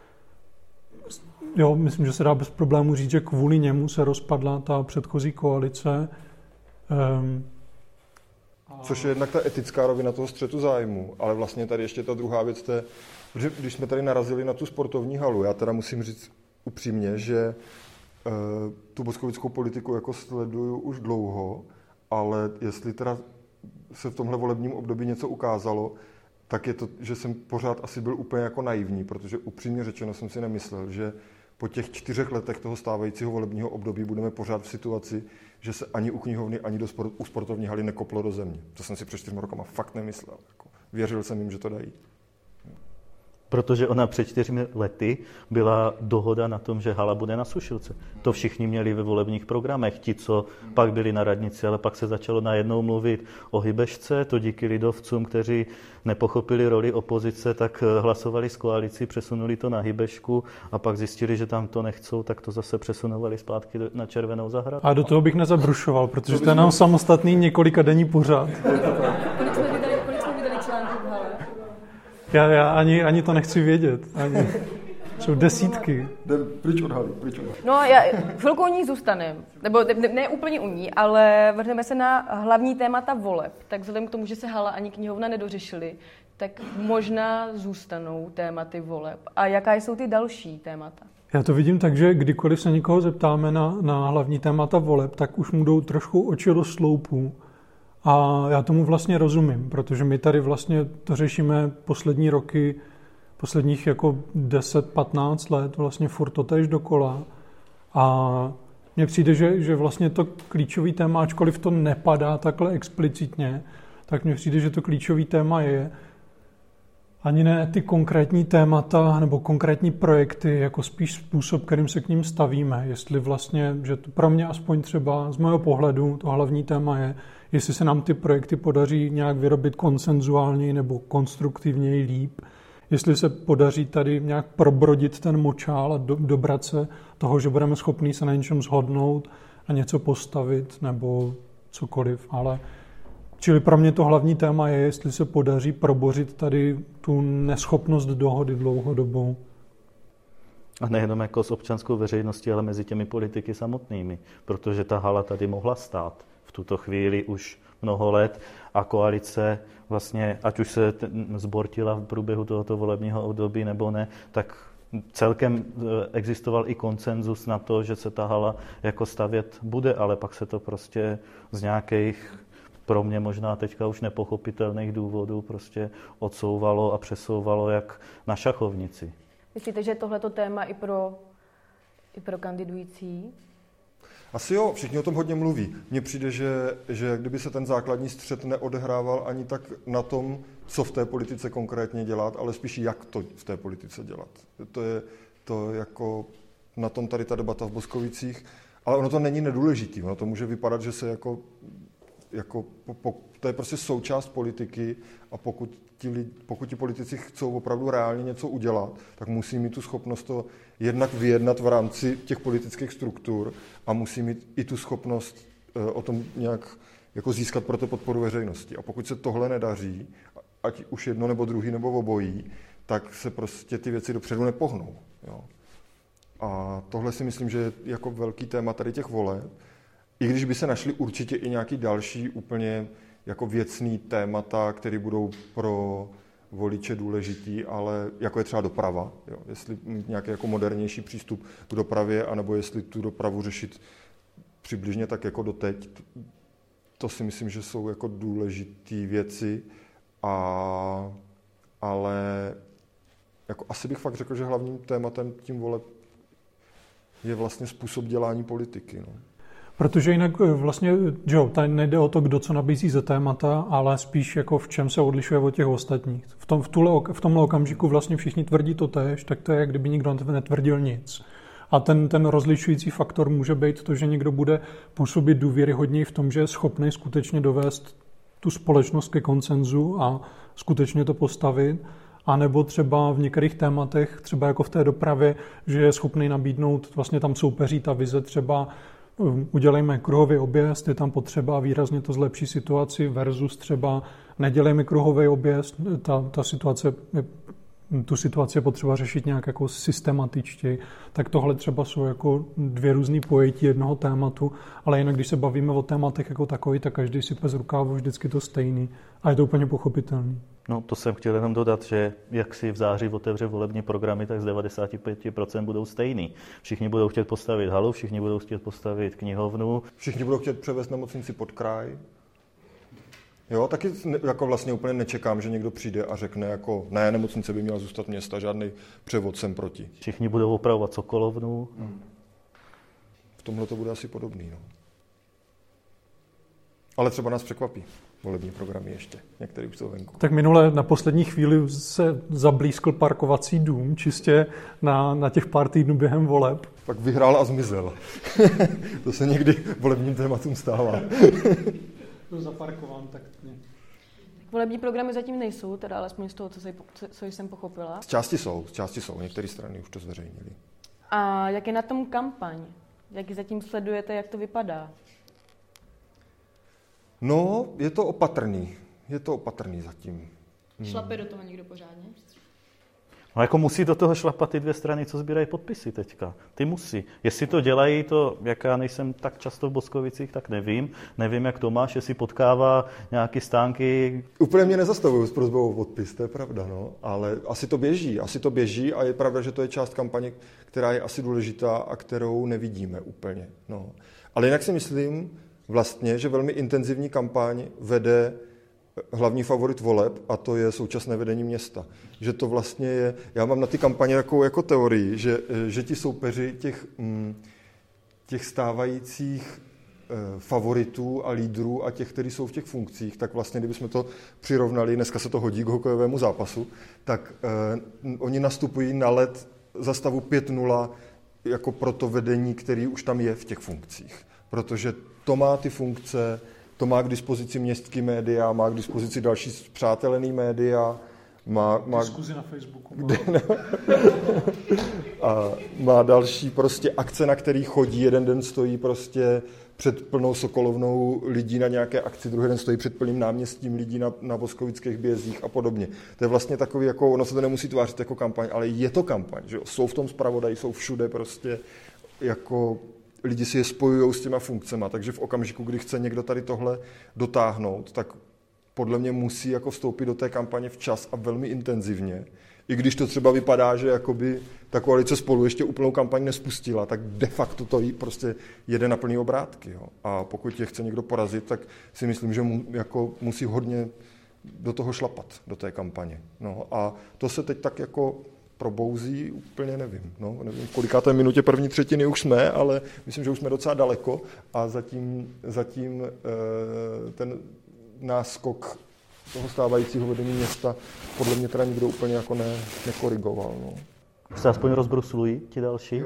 jo, myslím, že se dá bez problémů říct, že kvůli němu se rozpadla ta předchozí koalice. Um, Což je jednak ta etická rovina toho střetu zájmu, ale vlastně tady ještě ta druhá věc, té, protože když jsme tady narazili na tu sportovní halu, já teda musím říct upřímně, že uh, tu boskovickou politiku jako sleduju už dlouho, ale jestli teda se v tomhle volebním období něco ukázalo, tak je to, že jsem pořád asi byl úplně jako naivní, protože upřímně řečeno jsem si nemyslel, že po těch čtyřech letech toho stávajícího volebního období budeme pořád v situaci, že se ani u knihovny, ani do sport, u sportovní haly nekoplo do země. To jsem si před čtyřmi rokama fakt nemyslel. Jako, věřil jsem jim, že to dají. Protože ona před čtyřmi lety byla dohoda na tom, že hala bude na Sušilce. To všichni měli ve volebních programech, ti, co pak byli na radnici, ale pak se začalo najednou mluvit o Hybešce, to díky lidovcům, kteří nepochopili roli opozice, tak hlasovali s koalicí, přesunuli to na Hybešku a pak zjistili, že tam to nechcou, tak to zase přesunovali zpátky na Červenou zahradu. A do toho bych nezabrušoval, protože to je nám samostatný několika denní pořád. Já, já ani, ani to nechci vědět. Ani. Jsou desítky. Jdem pryč od haly, pryč od haly. No, já, chvilku u ní zůstaneme. Nebo ne, ne úplně u ní, ale vrhneme se na hlavní témata voleb. Tak vzhledem k tomu, že se hala ani knihovna nedořešily, tak možná zůstanou tématy voleb. A jaká jsou ty další témata? Já to vidím tak, že kdykoliv se někoho zeptáme na, na hlavní témata voleb, tak už mu jdou trošku oči do sloupů. A já tomu vlastně rozumím, protože my tady vlastně to řešíme poslední roky, posledních jako deset patnáct let, vlastně furt to též dokola. A mně přijde, že, že vlastně to klíčový téma, ačkoliv to nepadá takhle explicitně, tak mně přijde, že to klíčový téma je ani ne ty konkrétní témata nebo konkrétní projekty, jako spíš způsob, kterým se k ním stavíme. Jestli vlastně, že to pro mě aspoň třeba z mého pohledu to hlavní téma je, jestli se nám ty projekty podaří nějak vyrobit konsenzuálněji nebo konstruktivněji líp, jestli se podaří tady nějak probrodit ten močál a do, dobrat se toho, že budeme schopní se na něčem shodnout a něco postavit nebo cokoliv, ale čili pro mě to hlavní téma je, jestli se podaří probořit tady tu neschopnost dohody dlouhodobou. A nejenom jako s občanskou veřejností, ale mezi těmi politiky samotnými, protože ta hala tady mohla stát v tuto chvíli už mnoho let a koalice vlastně, ať už se zbortila v průběhu tohoto volebního období nebo ne, tak celkem existoval i konsenzus na to, že se ta hala jako stavět bude, ale pak se to prostě z nějakých pro mě možná teďka už nepochopitelných důvodů prostě odsouvalo a přesouvalo jak na šachovnici. Myslíte, že je tohleto téma i pro, i pro kandidující? Asi jo, všichni o tom hodně mluví. Mně přijde, že, že kdyby se ten základní střet neodehrával ani tak na tom, co v té politice konkrétně dělat, ale spíš jak to v té politice dělat. To je to jako na tom tady ta debata v Boskovicích, ale ono to není nedůležitý. Ono to může vypadat, že se jako, jako po, po, to je prostě součást politiky a pokud ti, lidi, pokud ti politici chcou opravdu reálně něco udělat, tak musí mít tu schopnost to jednak vyjednat v rámci těch politických struktur a musí mít i tu schopnost o tom nějak jako získat pro to podporu veřejnosti. A pokud se tohle nedaří, ať už jedno nebo druhý nebo obojí, tak se prostě ty věci dopředu nepohnou. Jo. A tohle si myslím, že je jako velký téma tady těch voleb. I když by se našly určitě i nějaký další úplně jako věcný témata, které budou pro voliče důležitý, ale jako je třeba doprava. Jo. Jestli mít nějaký jako modernější přístup k dopravě, anebo jestli tu dopravu řešit přibližně tak jako doteď, to si myslím, že jsou jako důležitý věci, a, ale jako asi bych fakt řekl, že hlavním tématem tím voleb je vlastně způsob dělání politiky. No. Protože jinak vlastně, Joe, tady nejde o to, kdo co nabízí za témata, ale spíš jako v čem se odlišuje od těch ostatních. V, tom, v, tule, v tomhle okamžiku vlastně všichni tvrdí to též, tak to je, jak kdyby nikdo netvrdil nic. A ten, ten rozlišující faktor může být to, že někdo bude působit důvěryhodněji v tom, že je schopný skutečně dovést tu společnost ke konsenzu a skutečně to postavit, a nebo třeba v některých tématech, třeba jako v té dopravě, že je schopný nabídnout, vlastně tam soupeří ta vize třeba udělejme kruhový objezd, je tam potřeba a výrazně to zlepší situaci versus třeba nedělejme kruhový objezd, ta, ta situace je, tu situaci je potřeba řešit nějak jako systematičtěji, tak tohle třeba jsou jako dvě různý pojetí jednoho tématu, ale jinak, když se bavíme o tématech jako takový, tak každý si bez rukávu vždycky to stejný a je to úplně pochopitelný. No to jsem chtěl jenom dodat, že jak si v září otevře volební programy, tak z devadesát pět procent budou stejný. Všichni budou chtět postavit halu, všichni budou chtět postavit knihovnu. Všichni budou chtět převést nemocnici pod kraj. Jo, taky jako vlastně úplně nečekám, že někdo přijde a řekne jako ne, nemocnice by měla zůstat města, žádný převod sem proti. Všichni budou opravovat sokolovnu. Hmm. V tomhle to bude asi podobný, no. Ale třeba nás překvapí volební programy ještě. Některý už jsou venku. Tak minule na poslední chvíli se zablízkl parkovací dům, čistě na, na těch pár týdnů během voleb. Pak vyhrál a zmizel. To se někdy volebním tématům stává. Byl zaparkován, tak... Volební programy zatím nejsou, teda alespoň z toho, co, se, co jsem pochopila. Z části jsou, z části jsou. Některé strany už to zveřejnili. A jak je na tom kampaň? Jak ji zatím sledujete, jak to vypadá? No, je to opatrný. Je to opatrný zatím. Hmm. Šlape do toho někdo pořádně? No jako musí do toho šlapat ty dvě strany, co sbírají podpisy teďka. Ty musí. Jestli to dělají, to, jak já nejsem tak často v Boskovicích, tak nevím. Nevím, jak Tomáš, jestli potkává nějaký stánky. Úplně mě nezastavují s prosbou o podpis, to je pravda, no. Ale asi to běží, asi to běží a je pravda, že to je část kampaně, která je asi důležitá a kterou nevidíme úplně, no. Ale jinak si myslím vlastně, že velmi intenzivní kampaň vede hlavní favorit voleb a to je současné vedení města. Že to vlastně je, já mám na ty kampaně takovou jako teorii, že, že ti soupeři těch, těch stávajících favoritů a lídrů a těch, kteří jsou v těch funkcích, tak vlastně, kdybychom to přirovnali, dneska se to hodí k hokejovému zápasu, tak eh, oni nastupují na led za stavu pět nula jako pro to vedení, který už tam je v těch funkcích. Protože to má ty funkce, to má k dispozici městský média, má k dispozici další spřátelený média, má, má diskuzi na Facebooku. Má. Kde, no, a má další prostě akce, na který chodí, jeden den stojí prostě před plnou sokolovnou lidí na nějaké akci, druhý den stojí před plným náměstím lidí na, na Boskovických Bězích a podobně. To je vlastně takový, jako, ono se to nemusí tvářit jako kampaň, ale je to kampaň, že jo? Jsou v tom zpravodaji, jsou všude prostě jako lidi si je spojují s těma funkcema, takže v okamžiku, kdy chce někdo tady tohle dotáhnout, tak podle mě musí jako vstoupit do té kampaně včas a velmi intenzivně. I když to třeba vypadá, že jakoby ta koalice Spolu ještě úplnou kampaň nespustila, tak de facto to prostě jede na plný obrátky. Jo. A pokud je chce někdo porazit, tak si myslím, že mu, jako musí hodně do toho šlapat, do té kampaně. No, a to se teď tak jako probouzí, úplně nevím. No, nevím, v kolikáté minutě první třetiny už jsme, ale myslím, že už jsme docela daleko a zatím, zatím e, ten náskok toho stávajícího vedení města podle mě teda nikdo úplně jako ne, nekorigoval. No. Se aspoň rozbruslují ti další?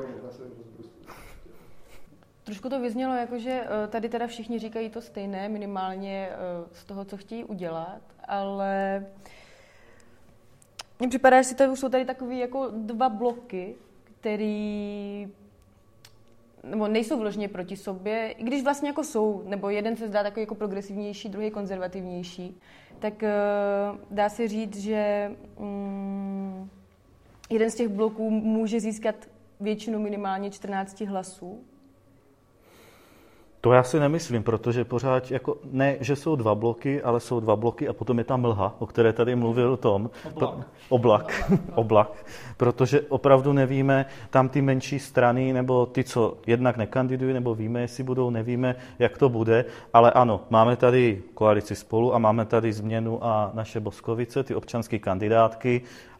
Trošku to vyznělo, jako, že tady teda všichni říkají to stejné, minimálně z toho, co chtějí udělat, ale mně připadá, že to jsou tady takový jako dva bloky, který nebo nejsou vložně proti sobě, i když vlastně jako jsou, nebo jeden se zdá takový jako progresivnější, druhý konzervativnější, tak uh, dá se říct, že um, jeden z těch bloků může získat většinu minimálně čtrnáct hlasů. To já si nemyslím, protože pořád, jako, ne, že jsou dva bloky, ale jsou dva bloky a potom je tam mlha, o které tady mluvil Tom. Oblak. Oblak. Oblak. Protože opravdu nevíme, tam ty menší strany, nebo ty, co jednak nekandidují, nebo víme, jestli budou, nevíme, jak to bude. Ale ano, máme tady koalici Spolu a máme tady Změnu a naše Boskovice, ty občanské kandidátky.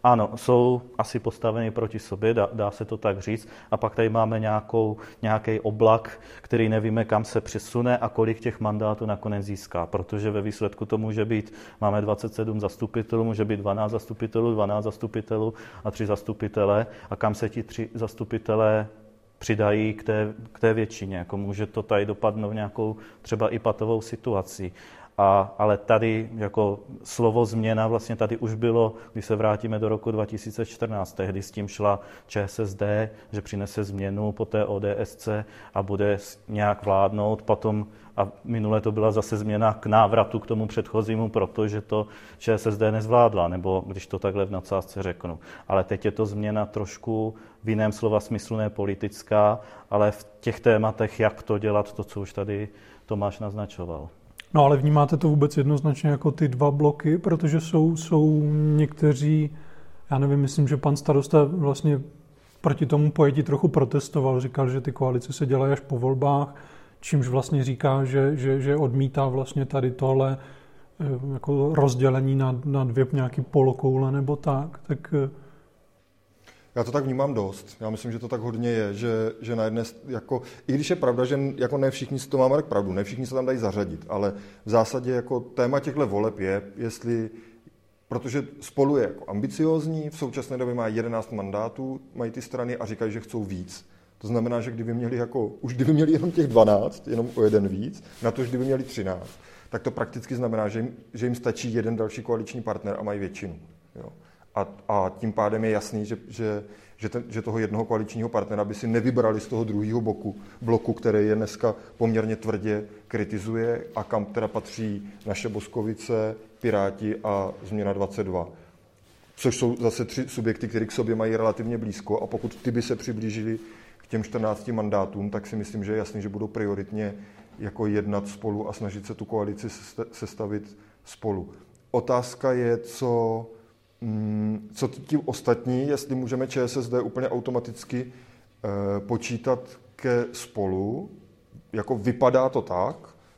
ano, jsou asi postaveny proti sobě, dá, dá se to tak říct, a pak tady máme nějakou, nějaký oblak, který nevíme, kam se přesune a kolik těch mandátů nakonec získá, protože ve výsledku to může být, máme dvacet sedm zastupitelů, může být dvanáct zastupitelů, dvanáct zastupitelů a tři zastupitele, a kam se ti tři zastupitelé přidají k té, k té většině. Jako může to tady dopadnout nějakou třeba i patovou situaci. A, ale tady jako slovo změna vlastně tady už bylo, když se vrátíme do roku dva tisíce čtrnáct, tehdy s tím šla ČSSD, že přinese změnu, poté O D S C a bude nějak vládnout, potom a minule to byla zase změna k návratu k tomu předchozímu, protože to ČSSD nezvládla, nebo když to takhle v nadsázce řeknu. Ale teď je to změna trošku v jiném slova smyslu, ne politická, ale v těch tématech, jak to dělat, to, co už tady Tomáš naznačoval. No ale vnímáte to vůbec jednoznačně jako ty dva bloky, protože jsou, jsou někteří, já nevím, myslím, že pan starosta vlastně proti tomu pojetí trochu protestoval, říkal, že ty koalice se dělají až po volbách, čímž vlastně říká, že, že, že odmítá vlastně tady tohle jako rozdělení na, na dvě nějaké polokoule nebo tak, tak... Já to tak vnímám dost. Já myslím, že to tak hodně je, že, že na jedné, jako, i když je pravda, že jako ne všichni si to máme tak pravdu, ne všichni se tam dají zařadit, ale v zásadě jako téma těchto voleb je, jestli, protože Spolu je jako ambiciózní, v současné době má jedenáct mandátů, mají ty strany a říkají, že chcou víc. To znamená, že kdyby měli jako, už kdyby měli jenom těch dvanáct, jenom o jeden víc, na to, že kdyby měli třináct, tak to prakticky znamená, že jim, že jim stačí jeden další koaliční partner a mají většinu. Jo. A, a tím pádem je jasný, že, že, že, ten, že toho jednoho koaličního partnera by si nevybrali z toho druhého boku, bloku, který je dneska poměrně tvrdě kritizuje a kam teda patří naše Boskovice, Piráti a Změna dvacet dva. Což jsou zase tři subjekty, které k sobě mají relativně blízko, a pokud ty by se přiblížili k těm čtrnácti mandátům, tak si myslím, že je jasný, že budou prioritně jako jednat spolu a snažit se tu koalici sestavit spolu. Otázka je, co... Co ti ostatní, jestli můžeme ČSSD úplně automaticky e, počítat ke Spolu, jako vypadá to tak,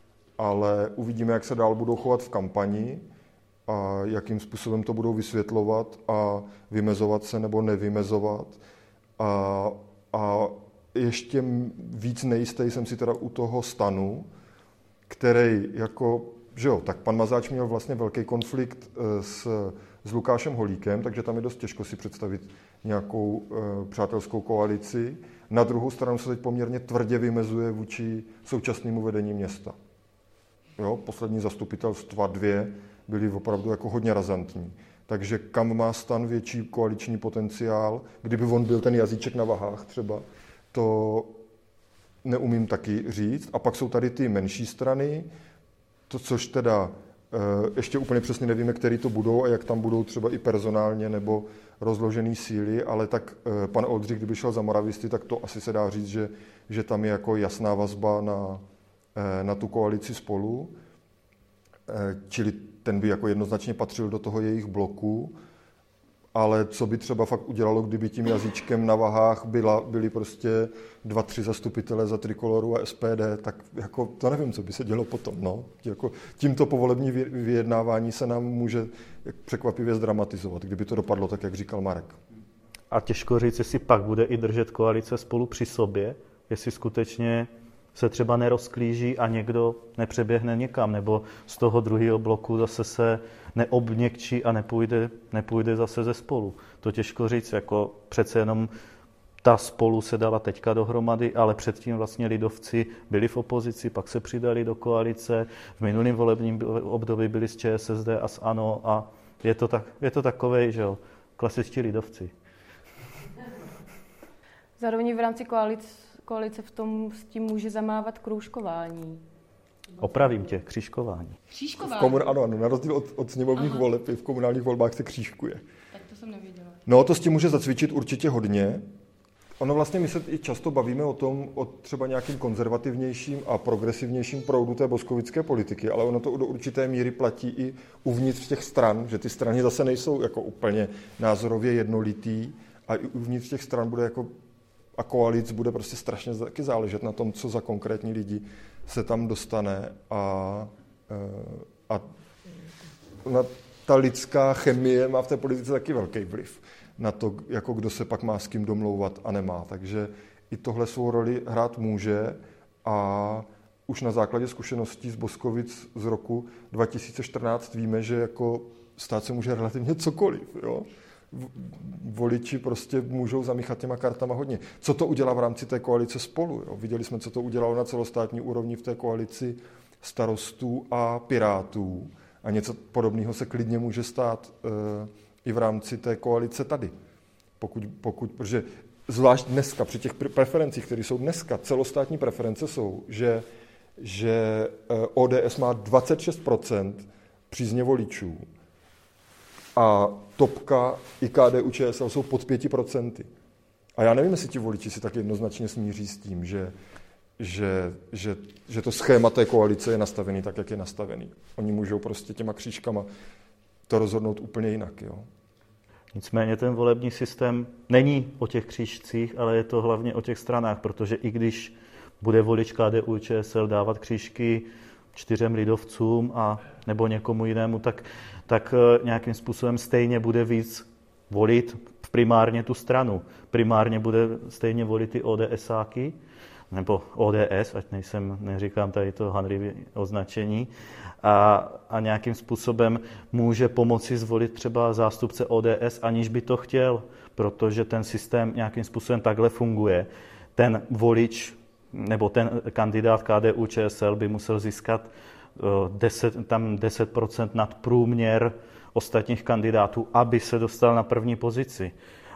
ale uvidíme, jak se dál budou chovat v kampani a jakým způsobem to budou vysvětlovat a vymezovat se nebo nevymezovat. A, a ještě víc nejistý jsem si teda u toho STANu, který jako, že jo, tak pan Mazáč měl vlastně velký konflikt s s Lukášem Holíkem, takže tam je dost těžko si představit nějakou e, přátelskou koalici. Na druhou stranu se teď poměrně tvrdě vymezuje vůči současnému vedení města. Jo, poslední zastupitelstva dvě byly opravdu jako hodně razantní. Takže kam má STAN větší koaliční potenciál, kdyby on byl ten jazyček na vahách třeba, to neumím taky říct. A pak jsou tady ty menší strany, to, což teda ještě úplně přesně nevíme, který to budou a jak tam budou třeba i personálně nebo rozložený síly, ale tak pan Oldřich, kdyby šel za Moravisty, tak to asi se dá říct, že, že tam je jako jasná vazba na, na tu koalici Spolu, čili ten by jako jednoznačně patřil do toho jejich bloku, ale co by třeba fakt udělalo, kdyby tím jazyčkem na vahách byla, byli prostě dva, tři zastupitelé za Trikoloru a S P D, tak jako to nevím, co by se dělo potom. No. Jako tímto povolební vyjednávání se nám může překvapivě zdramatizovat, kdyby to dopadlo tak, jak říkal Marek. A těžko říct, jestli pak bude i držet koalice Spolu při sobě, jestli skutečně se třeba nerozklíží a někdo nepřeběhne někam, nebo z toho druhého bloku zase se neobněkčí a nepůjde, nepůjde zase ze Spolu. To těžko říct, jako přece jenom ta Spolu se dala teďka dohromady, ale předtím vlastně lidovci byli v opozici, pak se přidali do koalice, v minulém volebním období byli z ČSSD a z ANO a je to, tak, je to takové, že jo, klasičtí lidovci. Zároveň v rámci koalic koalice v tom s tím může zamávat kroužkování. Opravím tě, křížkování. Křížkování? Komun, ano, ano, na rozdíl od, od sněmovních voleb, v komunálních volbách se křížkuje. Tak to jsem nevěděla. No, to s tím může zacvičit určitě hodně. Ono vlastně, my se i často bavíme o tom, o třeba nějakým konzervativnějším a progresivnějším proudu té boskovické politiky, ale ono to do určité míry platí i uvnitř těch stran, že ty strany zase nejsou jako úplně názorově jednolitý a i uvnitř těch stran bude jako a koalic bude prostě strašně taky záležet na tom, co za konkrétní lidi se tam dostane a, a na ta lidská chemie má v té politice taky velký vliv na to, jako kdo se pak má s kým domlouvat a nemá. Takže i tohle svou roli hrát může a už na základě zkušeností z Boskovic z roku dva tisíce čtrnáct víme, že jako stát se může relativně cokoliv. Jo? Voliči prostě můžou zamíchat těma kartama hodně. Co to udělá v rámci té koalice Spolu? Jo? Viděli jsme, co to udělalo na celostátní úrovni v té koalici Starostů a Pirátů. A něco podobného se klidně může stát e, i v rámci té koalice tady. Pokud, pokud, protože zvlášť dneska, při těch preferencích, které jsou dneska, celostátní preference jsou, že, že O D S má dvacet šest procent přízně voličů a topka i K D U Č S L jsou pod pět procent. A já nevím, jestli ti voliči si tak jednoznačně smíří s tím, že, že, že, že to schéma té koalice je nastavený tak, jak je nastavený. Oni můžou prostě těma křížkama to rozhodnout úplně jinak. Jo? Nicméně ten volební systém není o těch křížcích, ale je to hlavně o těch stranách, protože i když bude volič K D U Č S L dávat křížky čtyřem lidovcům a nebo někomu jinému, tak, tak nějakým způsobem stejně bude víc volit primárně tu stranu. Primárně bude stejně volit ty ODSáky, nebo O D S, ať nejsem, neříkám tady to hanlivé označení, a, a nějakým způsobem může pomoci zvolit třeba zástupce O D S, aniž by to chtěl, protože ten systém nějakým způsobem takhle funguje. Ten volič nebo ten kandidát K D U Č S L by musel získat deset, tam deset procent nad průměr ostatních kandidátů, aby se dostal na první pozici.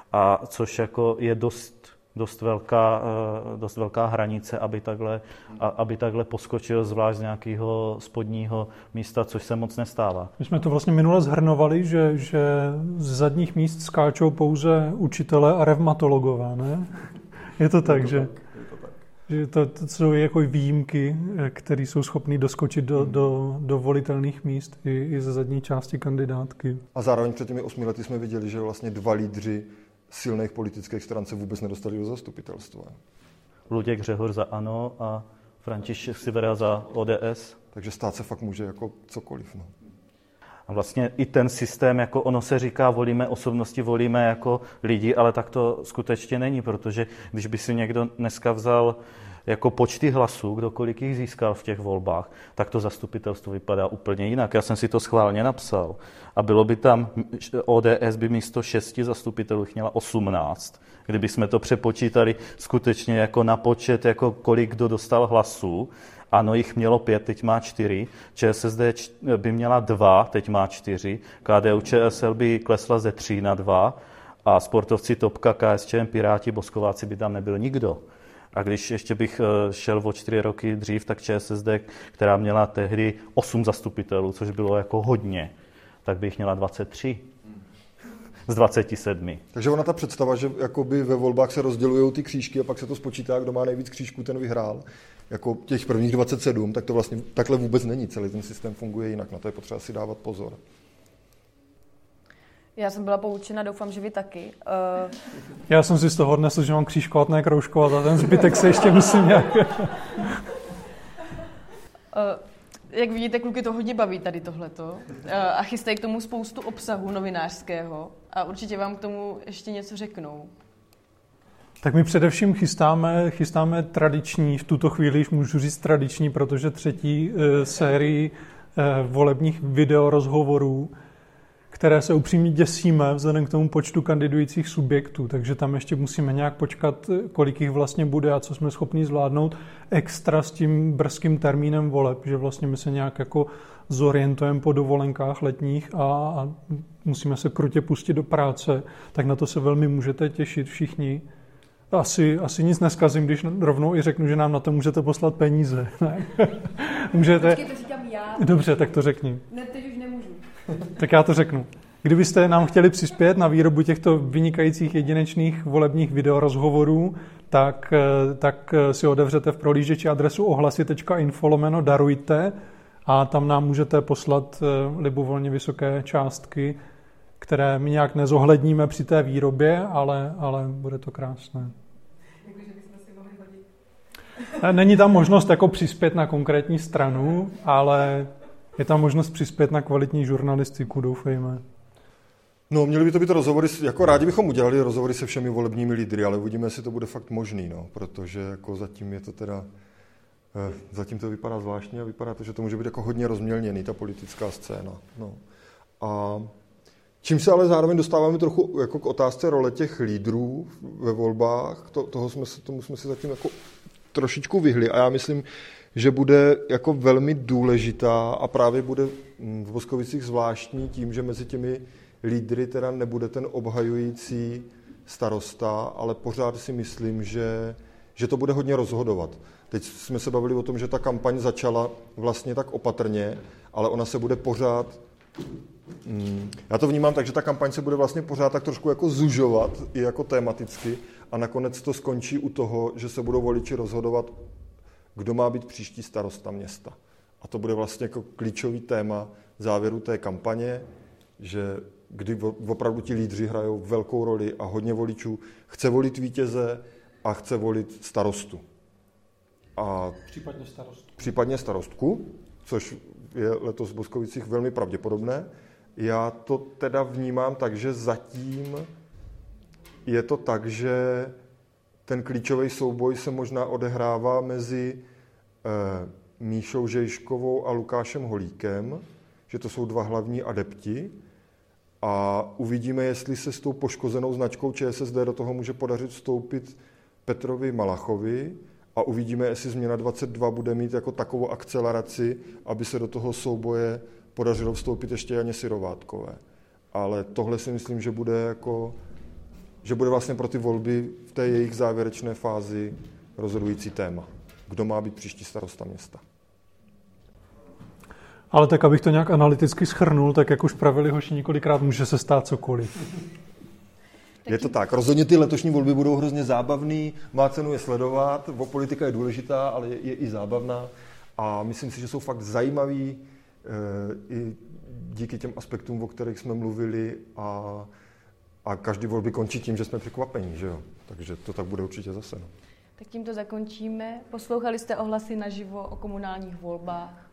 A což jako je dost, dost, velká, dost velká hranice, aby takhle, aby takhle poskočil zvlášť z nějakého spodního místa, což se moc nestává. My jsme to vlastně minule zhrnovali, že, že z zadních míst skáčou pouze učitelé a revmatologové, ne? Je to tak, je to že... Tak. Že to, to jsou jako výjimky, které jsou schopné doskočit do, do, do volitelných míst i, i ze zadní části kandidátky. A zároveň před těmi osmi lety jsme viděli, že vlastně dva lídři silných politických stran se vůbec nedostali do zastupitelstva. Luděk Řehor za ANO a František Sivera za O D S. Takže stát se fakt může jako cokoliv. No. A vlastně i ten systém, jako ono se říká, volíme osobnosti, volíme jako lidi, ale tak to skutečně není, protože když by si někdo dneska vzal jako počty hlasů, kdo kolik jich získal v těch volbách, tak to zastupitelstvo vypadá úplně jinak. Já jsem si to schválně napsal. A bylo by tam, O D S by místo šesti zastupitelů jich měla osmnáct. Kdyby jsme to přepočítali skutečně jako na počet, jako kolik kdo dostal hlasů, ANO jich mělo pět, teď má čtyři, ČSSD by měla dva, teď má čtyři, K D U Č S L by klesla ze tří na dva a sportovci Topka, K S Č M, Piráti, Boskováci by tam nebyl nikdo. A když ještě bych šel o čtyři roky dřív, tak ČSSD, která měla tehdy osm zastupitelů, což bylo jako hodně, tak by jich měla dvacet tři z dvacet sedm. Takže ona ta představa, že jakoby ve volbách se rozdělují ty křížky a pak se to spočítá, kdo má nejvíc křížků, ten vyhrál, jako těch prvních dvacet sedm, tak to vlastně takhle vůbec není. Celý ten systém funguje jinak, na to je potřeba si dávat pozor. Já jsem byla poučena, doufám, že vy taky. Uh... Já jsem si z toho odnesl, že mám křížkovat, ne kroužkovat a ten zbytek se ještě musím nějak... uh, jak vidíte, kluky to hodně baví tady tohleto uh, a chystají k tomu spoustu obsahu novinářského a určitě vám k tomu ještě něco řeknou. Tak my především chystáme, chystáme tradiční, v tuto chvíli již můžu říct tradiční, protože třetí e, sérii e, volebních videorozhovorů, které se upřímně děsíme vzhledem k tomu počtu kandidujících subjektů, takže tam ještě musíme nějak počkat, kolik jich vlastně bude a co jsme schopni zvládnout extra s tím brzkým termínem voleb, že vlastně my se nějak jako zorientujeme po dovolenkách letních a, a musíme se krutě pustit do práce, tak na to se velmi můžete těšit všichni. Asi, asi nic neskazím, když rovnou i řeknu, že nám na to můžete poslat peníze. Ne? Můžete... Počkej, to říkám já. Dobře, tak to řekni. Ne, teď už nemůžu. Tak já to řeknu. Kdybyste nám chtěli přispět na výrobu těchto vynikajících jedinečných volebních videorozhovorů, tak, tak si otevřete v prohlížeči adresu ohlasy tečka info lomeno darujte a tam nám můžete poslat libovolně vysoké částky, které my nějak nezohledníme při té výrobě, ale, ale bude to krásné. Není tam možnost jako přispět na konkrétní stranu, ale je tam možnost přispět na kvalitní žurnalistiku, doufejme. No, měli by to být rozhovory, jako rádi bychom udělali rozhovory se všemi volebními lídry, ale uvidíme, jestli to bude fakt možný, no, protože jako zatím je to teda, eh, zatím to vypadá zvláštně a vypadá to, že to může být jako hodně rozmělněný, ta politická scéna, no. A čím se ale zároveň dostáváme trochu jako k otázce role těch lídrů ve volbách, to, toho jsme se, tomu jsme si zatím jako trošičku vyhli a já myslím, že bude jako velmi důležitá a právě bude v Boskovicích zvláštní tím, že mezi těmi lídry teda nebude ten obhajující starosta, ale pořád si myslím, že, že to bude hodně rozhodovat. Teď jsme se bavili o tom, že ta kampaň začala vlastně tak opatrně, ale ona se bude pořád... Hmm, já to vnímám tak, že ta kampaň se bude vlastně pořád tak trošku jako zužovat i jako tematicky a nakonec to skončí u toho, že se budou voliči rozhodovat, kdo má být příští starosta města. A to bude vlastně jako klíčový téma závěru té kampaně, že kdy opravdu ti lídři hrajou velkou roli a hodně voličů chce volit vítěze a chce volit starostu. A případně starostku. Případně starostku, což je letos v Boskovicích velmi pravděpodobné. Já to teda vnímám tak, že zatím je to tak, že ten klíčový souboj se možná odehrává mezi eh, Míšou Žejškovou a Lukášem Holíkem, že to jsou dva hlavní adepti. A uvidíme, jestli se s tou poškozenou značkou ČSSD do toho může podařit vstoupit Petrovi Malachovi a uvidíme, jestli Změna dvacet dva bude mít jako takovou akceleraci, aby se do toho souboje podařilo vstoupit ještě Janě Syrovátkové. Ale tohle si myslím, že bude jako, že bude vlastně pro ty volby v té jejich závěrečné fázi rozhodující téma. Kdo má být příští starosta města? Ale tak, abych to nějak analyticky shrnul, tak jak už pravili hoši několikrát, může se stát cokoliv. Je to tak. Rozhodně ty letošní volby budou hrozně zábavný, má cenu je sledovat, politika je důležitá, ale je, je i zábavná a myslím si, že jsou fakt zajímavý e, i díky těm aspektům, o kterých jsme mluvili a, a každý volby končí tím, že jsme překvapení, že jo? Takže to tak bude určitě zase. No. Tak tímto zakončíme. Poslouchali jste ohlasy naživo o komunálních volbách.